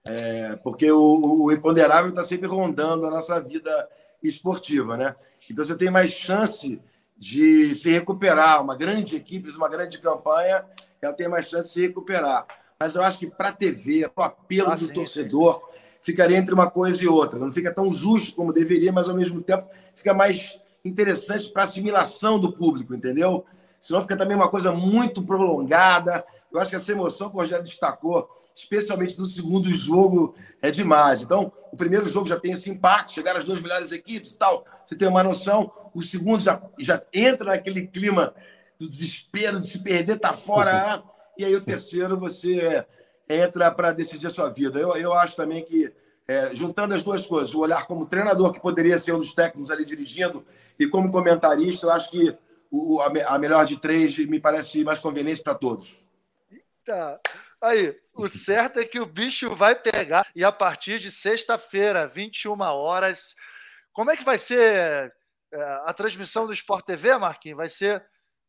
É, porque o, o imponderável está sempre rondando a nossa vida esportiva, né? Então você tem mais chance de se recuperar. Uma grande equipe, uma grande campanha, ela tem mais chance de se recuperar. Mas eu acho que para a T V, o apelo ah, do sim, torcedor sim, sim. ficaria entre uma coisa e outra. Não fica tão justo como deveria, mas ao mesmo tempo fica mais interessante para assimilação do público, entendeu? Senão fica também uma coisa muito prolongada. Eu acho que essa emoção que o Rogério destacou, especialmente no segundo jogo, é demais. Então, o primeiro jogo já tem esse impacto, chegaram as duas melhores equipes e tal. Você tem uma noção, o segundo já, já entra naquele clima do desespero, de se perder, tá fora. E aí o terceiro você entra para decidir a sua vida. Eu, eu acho também que, é, juntando as duas coisas, o olhar como treinador, que poderia ser um dos técnicos ali dirigindo, e como comentarista, eu acho que o, a, a melhor de três me parece mais conveniente para todos. Eita. Aí, o certo é que o bicho vai pegar, e a partir de sexta-feira, vinte e uma horas, como é que vai ser é, a transmissão do Sport T V, Marquinhos? Vai ser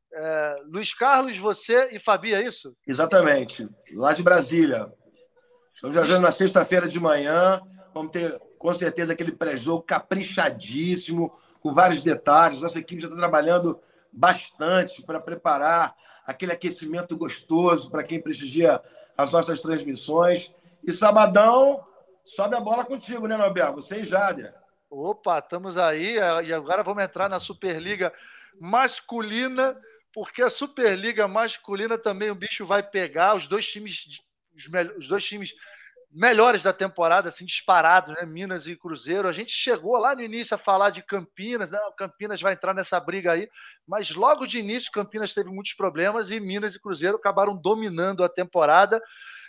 é, Luiz Carlos, você e Fabi, é isso? Exatamente, lá de Brasília. Estamos viajando na sexta-feira de manhã, vamos ter com certeza aquele pré-jogo caprichadíssimo, com vários detalhes. Nossa equipe já está trabalhando bastante para preparar aquele aquecimento gostoso para quem prestigia as nossas transmissões. E sabadão, sobe a bola contigo, né, Norberto? Você e Jader. Opa, estamos aí. E agora vamos entrar na Superliga masculina, porque a Superliga masculina também o bicho vai pegar. Os dois times, os, me... os dois times melhores da temporada, assim, disparados, né? Minas e Cruzeiro. A gente chegou lá no início a falar de Campinas, né? O Campinas vai entrar nessa briga aí, mas logo de início Campinas teve muitos problemas e Minas e Cruzeiro acabaram dominando a temporada.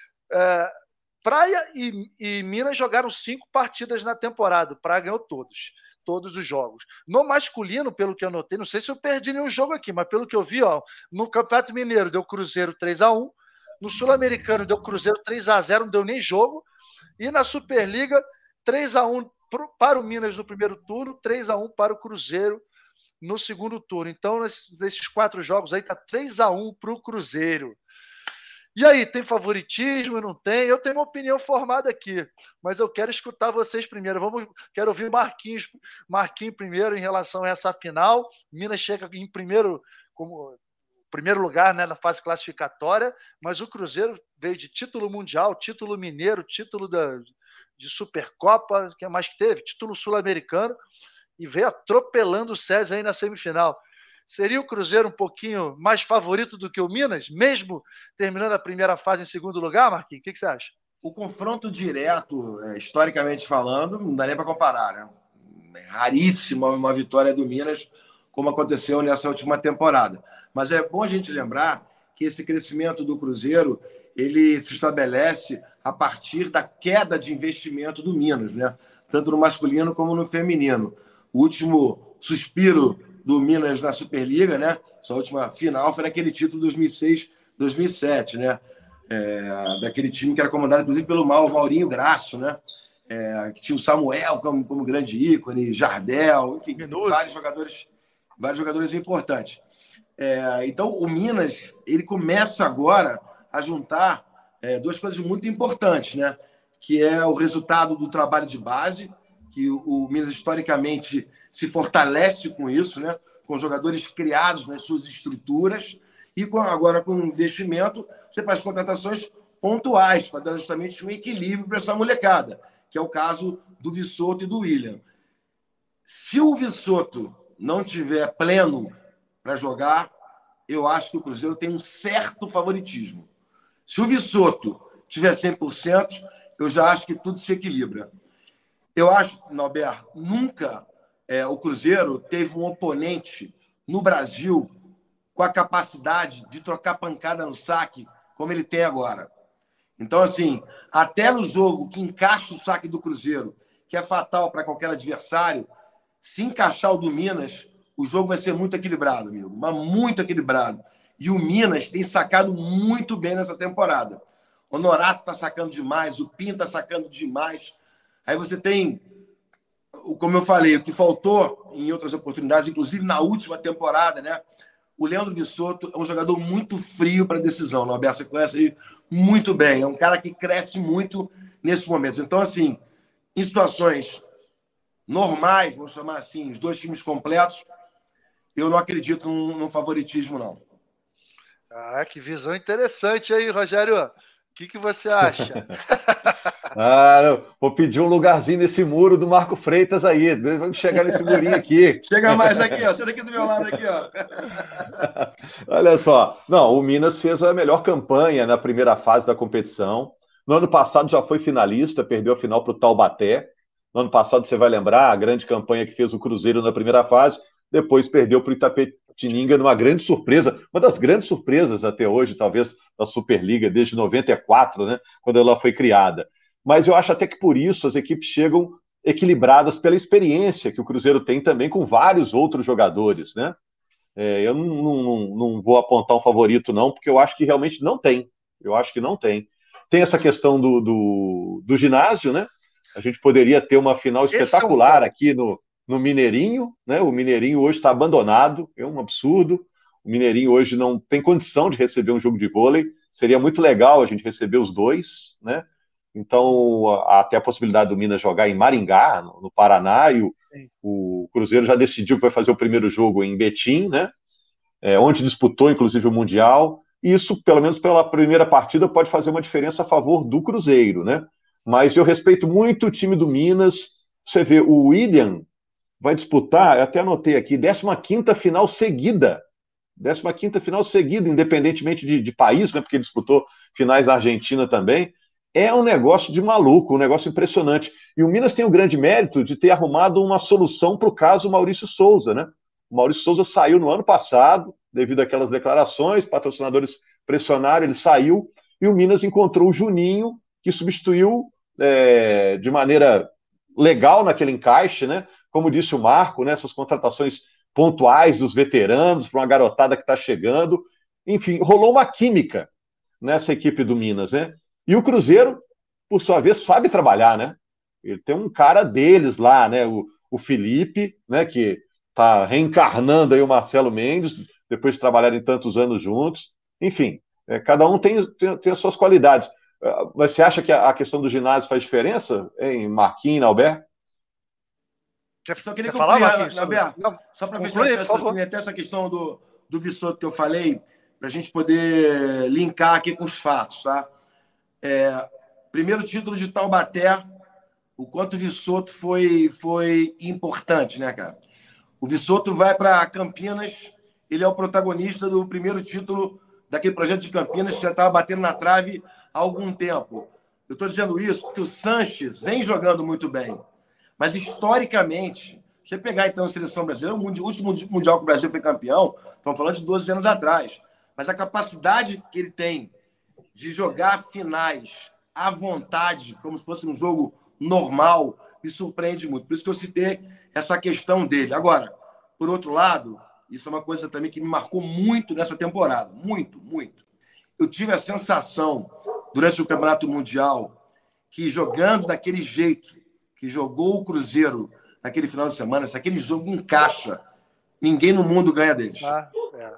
É, Praia e, e Minas jogaram cinco partidas na temporada. O Praia ganhou todos, todos os jogos. No masculino, pelo que eu notei, não sei se eu perdi nenhum jogo aqui, mas pelo que eu vi, ó, no Campeonato Mineiro deu Cruzeiro três a um, no Sul-Americano deu Cruzeiro três a zero, não deu nem jogo. E na Superliga, três a um para o Minas no primeiro turno, três a um para o Cruzeiro no segundo turno. Então, nesses, nesses quatro jogos aí, está três a um para o Cruzeiro. E aí, tem favoritismo, não tem? Eu tenho uma opinião formada aqui, mas eu quero escutar vocês primeiro. Vamos, quero ouvir o Marquinhos, Marquinhos primeiro em relação a essa final. Minas chega em primeiro, como primeiro lugar, né, na fase classificatória, mas o Cruzeiro veio de título mundial, título mineiro, título da, de Supercopa, o que mais que teve? Título sul-americano, e veio atropelando o César aí na semifinal. Seria o Cruzeiro um pouquinho mais favorito do que o Minas, mesmo terminando a primeira fase em segundo lugar, Marquinhos? O que, que você acha? O confronto direto, historicamente falando, não dá nem para comparar, né? É raríssima uma vitória do Minas, como aconteceu nessa última temporada. Mas é bom a gente lembrar que esse crescimento do Cruzeiro ele se estabelece a partir da queda de investimento do Minas, né? Tanto no masculino como no feminino. O último suspiro do Minas na Superliga, né? Sua última final foi naquele título dois mil e seis, dois mil e sete, né? É, daquele time que era comandado, inclusive, pelo Maurinho Graço, né? É, que tinha o Samuel como, como grande ícone, Jardel, enfim, Minuto. vários jogadores, vários jogadores importantes. É, então, o Minas ele começa agora a juntar é, duas coisas muito importantes, né? Que é o resultado do trabalho de base, que o, o Minas historicamente se fortalece com isso, né? Com jogadores criados nas suas estruturas e com, agora com investimento, você faz contratações pontuais para dar justamente um equilíbrio para essa molecada, que é o caso do Vissoto e do William. Se o Vissoto não tiver pleno para jogar, eu acho que o Cruzeiro tem um certo favoritismo. Se o Vissoto tiver cem por cento, eu já acho que tudo se equilibra. Eu acho, Norberto, nunca é, o Cruzeiro teve um oponente no Brasil com a capacidade de trocar pancada no saque como ele tem agora. Então, assim, até no jogo que encaixa o saque do Cruzeiro, que é fatal para qualquer adversário, se encaixar o do Minas, o jogo vai ser muito equilibrado, amigo, mas muito equilibrado. E o Minas tem sacado muito bem nessa temporada. O Norato está sacando demais, o Pinto está sacando demais. Aí você tem, como eu falei, o que faltou em outras oportunidades, inclusive na última temporada, né? O Leandro Vissoto é um jogador muito frio para decisão. O Alberto, você conhece ele muito bem. É um cara que cresce muito nesses momentos. Então, assim, em situações normais, vamos chamar assim, os dois times completos, eu não acredito num, num favoritismo, não. Ah, que visão interessante aí, Rogério. O que, que você acha? Ah, vou pedir um lugarzinho nesse muro do Marco Freitas aí. Vamos chegar nesse murinho aqui. Chega mais aqui, ó. Senta aqui do meu lado aqui, ó. Olha só. Não, o Minas fez a melhor campanha na primeira fase da competição. No ano passado já foi finalista, perdeu a final para o Taubaté. No ano passado, você vai lembrar, a grande campanha que fez o Cruzeiro na primeira fase, depois perdeu para o Itapetininga numa grande surpresa, uma das grandes surpresas até hoje, talvez, da Superliga, desde noventa e quatro, né, quando ela foi criada. Mas eu acho até que por isso as equipes chegam equilibradas pela experiência que o Cruzeiro tem também com vários outros jogadores, né? É, eu não, não, não vou apontar um favorito, não, porque eu acho que realmente não tem. Eu acho que não tem. Tem essa questão do, do, do ginásio, né? A gente poderia ter uma final espetacular é um... aqui no, no Mineirinho, né? O Mineirinho hoje está abandonado, é um absurdo. O Mineirinho hoje não tem condição de receber um jogo de vôlei. Seria muito legal a gente receber os dois, né? Então, até a possibilidade do Minas jogar em Maringá, no Paraná, e o, o Cruzeiro já decidiu que vai fazer o primeiro jogo em Betim, né? É, onde disputou, inclusive, o Mundial. E isso, pelo menos pela primeira partida, pode fazer uma diferença a favor do Cruzeiro, né? Mas eu respeito muito o time do Minas. Você vê, o William vai disputar, eu até anotei aqui, décima quinta final seguida. décima quinta final seguida, independentemente de, de país, né? Porque ele disputou finais da Argentina também. É um negócio de maluco, um negócio impressionante. E o Minas tem o grande mérito de ter arrumado uma solução para o caso Maurício Souza, né? O Maurício Souza saiu no ano passado, devido àquelas declarações, patrocinadores pressionaram, ele saiu, e o Minas encontrou o Juninho, que substituiu é, de maneira legal naquele encaixe, né? Como disse o Marco, né? Essas contratações pontuais dos veteranos, para uma garotada que está chegando. Enfim, rolou uma química nessa equipe do Minas, né? E o Cruzeiro, por sua vez, sabe trabalhar, né? Ele tem um cara deles lá, né? O, o Felipe, né? Que está reencarnando aí o Marcelo Mendes, depois de trabalharem tantos anos juntos. Enfim, É, cada um tem, tem, tem as suas qualidades. Mas você acha que a, a questão do ginásio faz diferença, em Marquinhos, Alberto? Quer, só queria Quer falar, Marquinhos, Marquinhos? Alberto, Não, só para conclui, fechar essa, assim, até essa questão do, do Vissoto que eu falei, para a gente poder linkar aqui com os fatos, tá? É, primeiro título de Taubaté, o quanto o Vissoto foi, foi importante, né, cara? O Vissoto vai para Campinas, ele é o protagonista do primeiro título daquele projeto de Campinas que já estava batendo na trave há algum tempo. Eu estou dizendo isso porque o Sanches vem jogando muito bem. Mas, historicamente, se você pegar, então, a seleção brasileira, o último Mundial que o Brasil foi campeão, estamos falando de doze anos atrás. Mas a capacidade que ele tem de jogar finais à vontade, como se fosse um jogo normal, me surpreende muito. Por isso que eu citei essa questão dele. Agora, por outro lado, isso é uma coisa também que me marcou muito nessa temporada. Muito, muito. Eu tive a sensação, durante o Campeonato Mundial, que jogando daquele jeito que jogou o Cruzeiro naquele final de semana, se aquele jogo encaixa, ninguém no mundo ganha deles. Ah, é.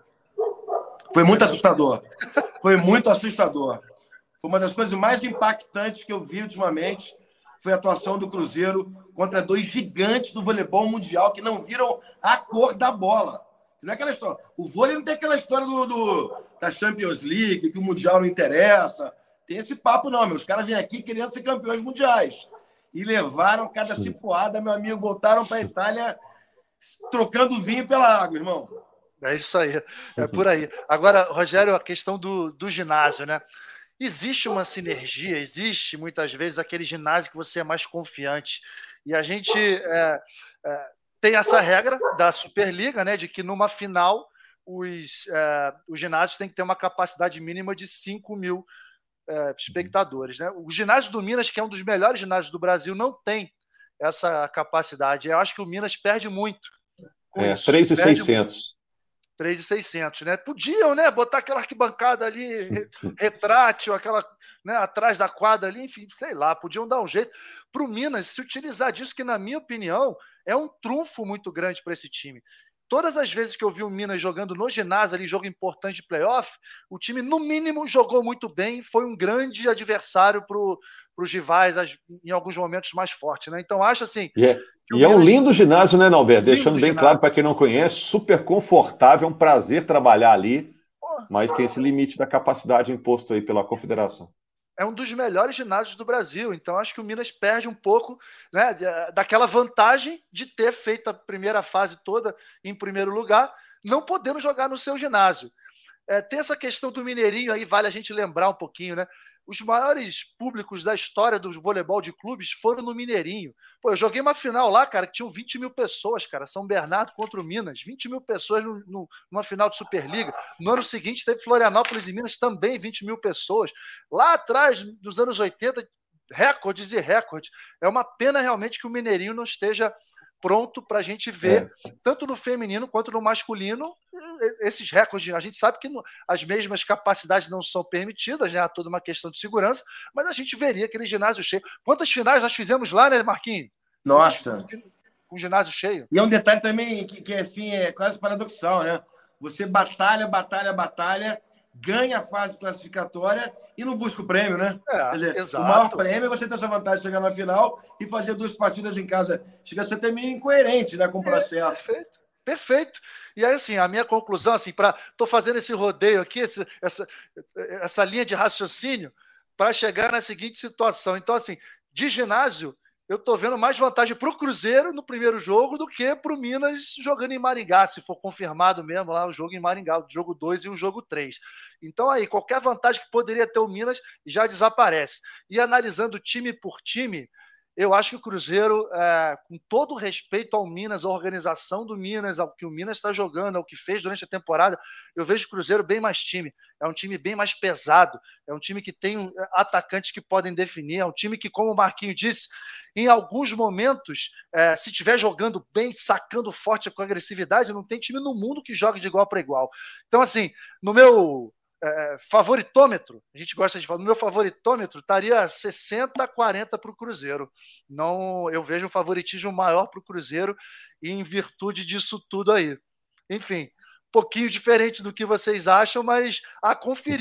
Foi muito assustador. Foi muito assustador. Foi uma das coisas mais impactantes que eu vi ultimamente, foi a atuação do Cruzeiro contra dois gigantes do voleibol mundial que não viram a cor da bola. Não é aquela história. O vôlei não tem aquela história do, do, da Champions League, que o Mundial não interessa. Tem esse papo, não, meu. Os caras vêm aqui querendo ser campeões mundiais. E levaram cada cipoada, meu amigo. Voltaram para a Itália trocando vinho pela água, irmão. É isso aí. É por aí. Agora, Rogério, a questão do, do ginásio, né? Existe uma sinergia, existe muitas vezes aquele ginásio que você é mais confiante. E a gente é, é, tem essa regra da Superliga, né, de que numa final os, é, os ginásios têm que ter uma capacidade mínima de cinco mil é, espectadores. Né? O ginásio do Minas, que é um dos melhores ginásios do Brasil, não tem essa capacidade. Eu acho que o Minas perde muito. É, três mil e seiscentos. três mil e seiscentos, né? Podiam, né? Botar aquela arquibancada ali, retrátil, aquela, né, atrás da quadra ali, enfim, sei lá, podiam dar um jeito para o Minas se utilizar disso, que, na minha opinião, é um trunfo muito grande para esse time. Todas as vezes que eu vi o Minas jogando no ginásio, ali, jogo importante de playoff, o time, no mínimo, jogou muito bem, foi um grande adversário para os rivais em alguns momentos mais fortes, né? Então, acho assim. Yeah. E é um lindo ginásio, né, Norberto? Deixando bem ginásio. claro para quem não conhece, super confortável, é um prazer trabalhar ali, mas tem esse limite da capacidade imposto aí pela confederação. É um dos melhores ginásios do Brasil, então acho que o Minas perde um pouco, né, daquela vantagem de ter feito a primeira fase toda em primeiro lugar, não podendo jogar no seu ginásio. É, tem essa questão do Mineirinho aí, vale a gente lembrar um pouquinho, né? Os maiores públicos da história do voleibol de clubes foram no Mineirinho. Pô, eu joguei uma final lá, cara, que tinham vinte mil pessoas, cara. São Bernardo contra o Minas. vinte mil pessoas no, no, numa final de Superliga. No ano seguinte teve Florianópolis e Minas também, vinte mil pessoas. Lá atrás, nos anos oitenta, recordes e recordes. É uma pena realmente que o Mineirinho não esteja pronto para a gente ver, é. tanto no feminino quanto no masculino, esses recordes. A gente sabe que no, as mesmas capacidades não são permitidas, né? Há toda uma questão de segurança, mas a gente veria aquele ginásio cheio. Quantas finais nós fizemos lá, né, Marquinhos? Nossa! Com o ginásio cheio. E é um detalhe também que, que assim, é quase paradoxal, né? Você batalha, batalha, batalha, ganha a fase classificatória e não busca o prêmio, né? É, Quer dizer, exato. O maior prêmio é você ter essa vantagem de chegar na final e fazer duas partidas em casa. Chega a ser até meio incoerente, né, com o processo. É, perfeito, perfeito. E aí, assim, a minha conclusão, assim, para tô fazendo esse rodeio aqui, esse, essa, essa linha de raciocínio, para chegar na seguinte situação. Então, assim, de ginásio, eu estou vendo mais vantagem para o Cruzeiro no primeiro jogo do que para o Minas jogando em Maringá, se for confirmado mesmo lá o jogo em Maringá, o jogo dois e o jogo três. Então aí, qualquer vantagem que poderia ter o Minas já desaparece. E analisando time por time, eu acho que o Cruzeiro, é, com todo o respeito ao Minas, à organização do Minas, ao que o Minas está jogando, ao que fez durante a temporada, eu vejo o Cruzeiro bem mais time. É um time bem mais pesado, é um time que tem atacantes que podem definir, é um time que, como o Marquinhos disse, em alguns momentos, é, se estiver jogando bem, sacando forte com agressividade, não tem time no mundo que jogue de igual para igual. Então, assim, no meu é, favoritômetro, a gente gosta de falar, no meu favoritômetro estaria sessenta a quarenta para o Cruzeiro. Não, eu vejo um favoritismo maior para o Cruzeiro e em virtude disso tudo aí. Enfim, pouquinho diferente do que vocês acham, mas a conferir.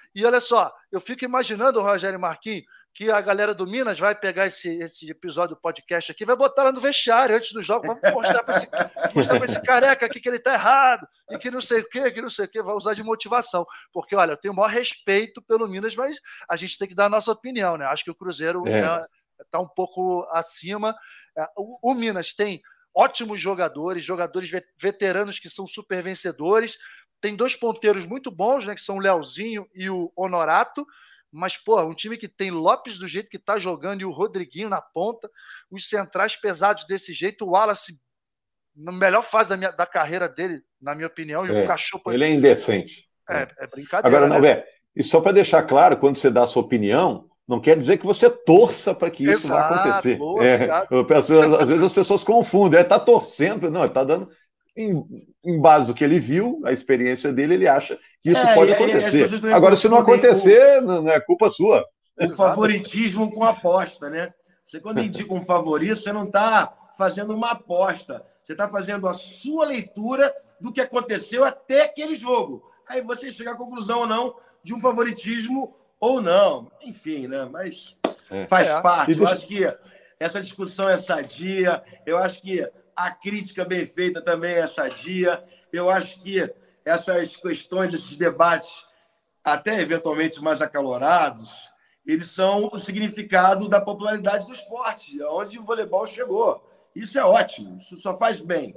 E olha só, eu fico imaginando, Rogério e Marquinhos, que a galera do Minas vai pegar esse, esse episódio do podcast aqui, vai botar lá no vestiário antes do jogo, vai mostrar para esse, mostrar pra esse careca aqui que ele tá errado, e que não sei o quê, que não sei o quê, vai usar de motivação. Porque, olha, eu tenho o maior respeito pelo Minas, mas a gente tem que dar a nossa opinião, né? Acho que o Cruzeiro está é. é, um pouco acima. O, o Minas tem ótimos jogadores, jogadores veteranos que são super vencedores, tem dois ponteiros muito bons, né, que são o Leozinho e o Honorato, mas, pô, um time que tem Lopes do jeito que tá jogando e o Rodriguinho na ponta, os centrais pesados desse jeito, o Wallace, na melhor fase da, minha, da carreira dele, na minha opinião, e é, o Cachopa... Ele é indecente. É, é brincadeira, Agora, né? Nalber, e só para deixar claro, quando você dá a sua opinião, não quer dizer que você torça para que isso Exato, vá acontecer. Boa, é, às, às vezes as pessoas confundem, ele está torcendo, não, ele está dando... Em, em base do que ele viu, a experiência dele, ele acha que isso é, pode e, acontecer. E Agora, se não acontecer, o, não é culpa sua. O favoritismo com aposta, né? Você, quando indica um favorito, você não está fazendo uma aposta. Você está fazendo a sua leitura do que aconteceu até aquele jogo. Aí você chega à conclusão ou não de um favoritismo ou não. Enfim, né? Mas é. faz é. parte. Eu acho que essa discussão é sadia. Eu acho que a crítica bem feita também é sadia. Eu acho que essas questões, esses debates, até eventualmente mais acalorados, eles são o significado da popularidade do esporte, onde o voleibol chegou. Isso é ótimo, isso só faz bem.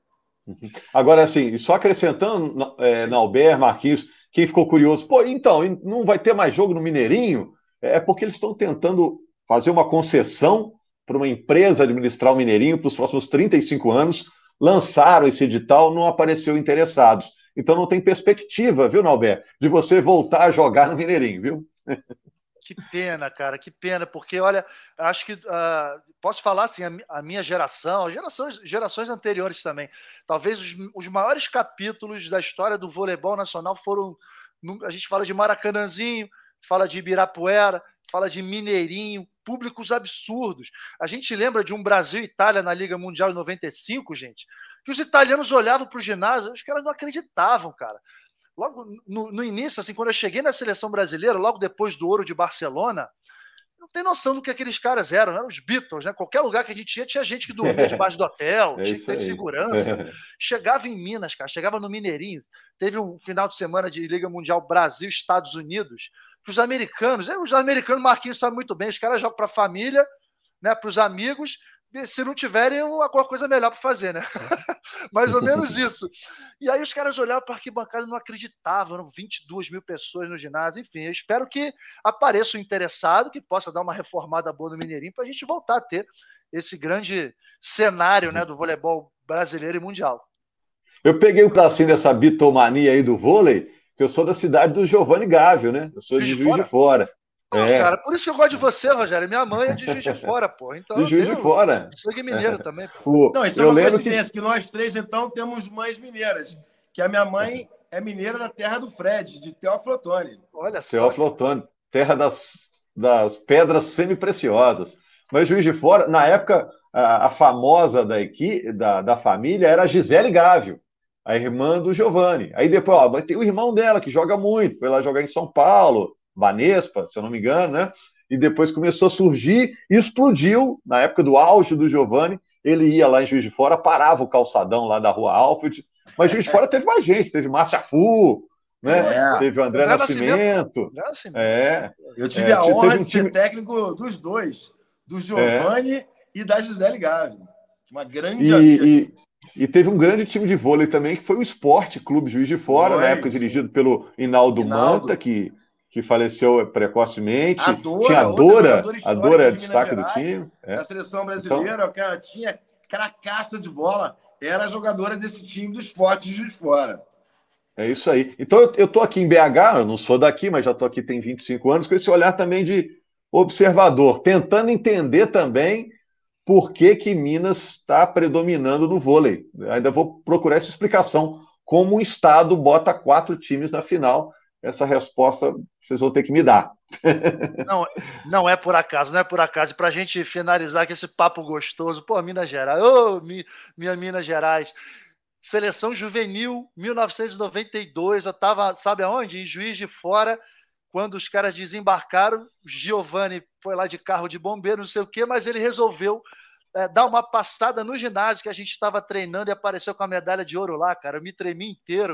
Agora, assim, só acrescentando, é, Nalber, Marquinhos, quem ficou curioso, pô, então, não vai ter mais jogo no Mineirinho? É porque eles estão tentando fazer uma concessão para uma empresa administrar o Mineirinho para os próximos trinta e cinco anos, lançaram esse edital, não apareceu interessados. Então não tem perspectiva, viu, Nalber, de você voltar a jogar no Mineirinho, viu? Que pena, cara, que pena, porque, olha, acho que, uh, posso falar assim, a, a minha geração, gerações, gerações anteriores também, talvez os, os maiores capítulos da história do voleibol nacional foram, no, a gente fala de Maracanãzinho, fala de Ibirapuera, fala de Mineirinho, públicos absurdos. A gente lembra de um Brasil e Itália na Liga Mundial em noventa e cinco, gente, que os italianos olhavam para o ginásio, os caras não acreditavam, cara. Logo no, no início, assim, quando eu cheguei na seleção brasileira, logo depois do ouro de Barcelona, não tem noção do que aqueles caras eram, eram os Beatles, né? Qualquer lugar que a gente ia, tinha gente que dormia debaixo do hotel, é tinha que ter aí. segurança. É. Chegava em Minas, cara, chegava no Mineirinho. Teve um final de semana de Liga Mundial Brasil-Estados Unidos, que os americanos, os americanos, Marquinhos sabe muito bem, os caras jogam para a família, né, para os amigos, se não tiverem alguma coisa melhor para fazer, né? Mais ou menos isso. E aí os caras olhavam para a arquibancada e não acreditavam, eram vinte e duas mil pessoas no ginásio, enfim, eu espero que apareça um interessado, que possa dar uma reformada boa no Mineirinho para a gente voltar a ter esse grande cenário, né, do voleibol brasileiro e mundial. Eu peguei um pedacinho dessa bitomania aí do vôlei, que eu sou da cidade do Giovanni Gávio, né? Eu sou de Juiz de Fora. Pô, é. Cara, por isso que eu gosto de você, Rogério. Minha mãe é de Juiz de Fora, pô. Então, de Juiz de Fora. Sangue mineiro é. também. Pô. Não, isso é uma coincidência, que... que nós três, então, temos mães mineiras. Que a minha mãe é mineira da terra do Fred, de Teófilo Otoni. Olha só. Teófilo Otoni, terra das, das pedras semi-preciosas. Mas Juiz de Fora, na época, a, a famosa da, equipe, da, da família era a Gisele Gávio, a irmã do Giovanni. Aí depois, ó, tem o irmão dela, que joga muito, foi lá jogar em São Paulo, Banespa, se eu não me engano, né? E depois começou a surgir e explodiu, na época do auge do Giovanni, ele ia lá em Juiz de Fora, parava o calçadão lá da Rua Alfred, mas Juiz de Fora teve mais gente, teve Márcia Fu, né? É. Teve o André, André Nascimento. Nascimento. É. Eu tive é, a honra um de time... ser técnico dos dois, do Giovanni é. e da Gisele Gávio. Uma grande e, amiga. E... E teve um grande time de vôlei também, que foi o Esporte Clube Juiz de Fora, foi. na época dirigido pelo Hinaldo, Hinaldo. Manta, que, que faleceu precocemente. A Dora, tinha a Dora, a Dora é destaque Gerais, do time. É. Da seleção brasileira, então, cara, tinha cracaça de bola, era jogadora desse time do Esporte de Juiz de Fora. É isso aí. Então eu estou aqui em B H, eu não sou daqui, mas já estou aqui tem vinte e cinco anos, com esse olhar também de observador, tentando entender também por que que Minas está predominando no vôlei. Ainda vou procurar essa explicação. Como um estado bota quatro times na final, essa resposta vocês vão ter que me dar. Não, não é por acaso, não é por acaso. E para a gente finalizar com esse papo gostoso, pô, Minas Gerais, ô, oh, minha Minas Gerais, seleção juvenil, mil novecentos e noventa e dois, eu estava, sabe aonde? Em Juiz de Fora, quando os caras desembarcaram, o Giovanni foi lá de carro de bombeiro, não sei o quê, mas ele resolveu é, dar uma passada no ginásio que a gente estava treinando e apareceu com a medalha de ouro lá, cara. Eu me tremi inteiro.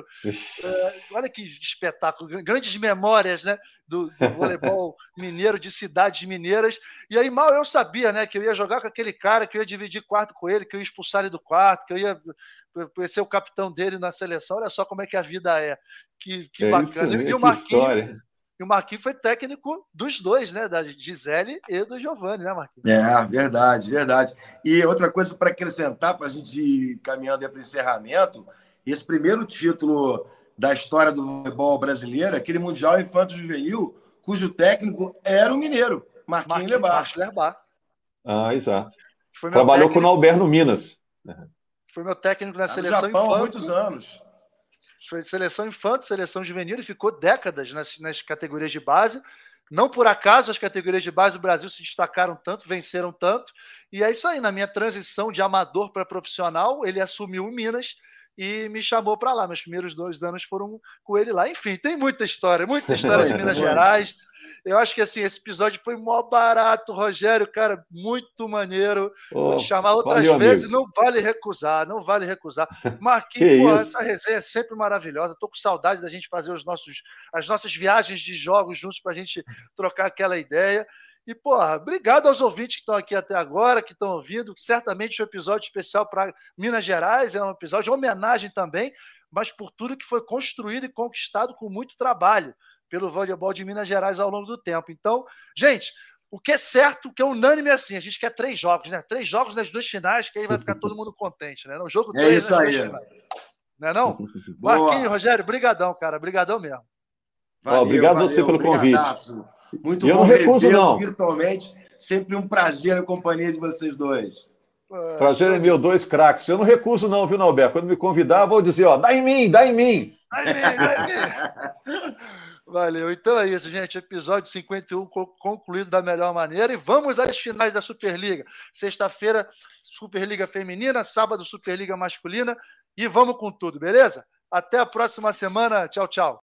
É, olha que espetáculo. Grandes memórias, né? Do, do voleibol mineiro, de cidades mineiras. E aí, mal eu sabia, né, que eu ia jogar com aquele cara, que eu ia dividir quarto com ele, que eu ia expulsar ele do quarto, que eu ia, eu ia ser o capitão dele na seleção. Olha só como é que a vida é. Que, que é bacana. Isso, e o Marquinhos. E o Marquinhos foi técnico dos dois, né? Da Gisele e do Giovanni, né, Marquinhos? É, verdade, verdade. E outra coisa para acrescentar, para a gente ir caminhando para o encerramento, esse primeiro título da história do voleibol brasileiro, aquele Mundial Infanto-Juvenil, cujo técnico era o mineiro, Marquinhos Lebar. Marcos Lebar. Ah, exato. Trabalhou técnico... com o Nauber no Minas. Foi meu técnico na tá seleção no Japão infanto. Há muitos anos. Foi seleção infanto, seleção juvenil, e ficou décadas nas, nas categorias de base. Não por acaso as categorias de base do Brasil se destacaram tanto, venceram tanto. E é isso aí, na minha transição de amador para profissional, ele assumiu o Minas e me chamou para lá. Meus primeiros dois anos foram com ele lá. Enfim, tem muita história, muita história de Minas Gerais. Eu acho que assim, esse episódio foi mó barato, Rogério, cara, muito maneiro. Oh, vou te chamar outras valeu, vezes, amigo. Não vale recusar, não vale recusar. Marquinhos, porra, essa resenha é sempre maravilhosa. Tô com saudade da gente fazer os nossos, as nossas viagens de jogos juntos para a gente trocar aquela ideia. E, porra, obrigado aos ouvintes que estão aqui até agora, que estão ouvindo. Certamente um episódio especial para Minas Gerais, é um episódio de homenagem também, mas por tudo que foi construído e conquistado com muito trabalho pelo voleibol de Minas Gerais ao longo do tempo. Então, gente, o que é certo, o que é unânime é assim, a gente quer três jogos, né? Três jogos nas duas finais, que aí vai ficar todo mundo contente, né? No jogo três, é isso nas aí. duas finais. Não é não? Marquinhos, Rogério, brigadão, cara. Brigadão mesmo. Valeu, obrigado valeu, você pelo brigadaço. Convite. Muito eu bom não recuso, não. Virtualmente. Sempre um prazer a companhia de vocês dois. É, prazer é meu, dois craques. Eu não recuso, não, viu, Nauber? Quando me convidar, eu vou dizer, ó, dá em mim, dá em mim. Dá em mim, dá em mim. Valeu. Então é isso, gente. Episódio cinquenta e um concluído da melhor maneira. E vamos às finais da Superliga. Sexta-feira, Superliga Feminina. Sábado, Superliga Masculina. E vamos com tudo, beleza? Até a próxima semana. Tchau, tchau.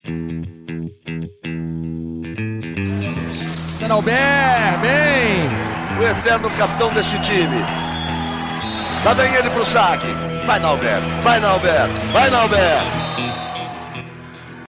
Nauber, bem! O eterno capitão deste time. Lá vem ele pro saque. Vai, Nauber. Vai, Nauber. Vai, Nauber.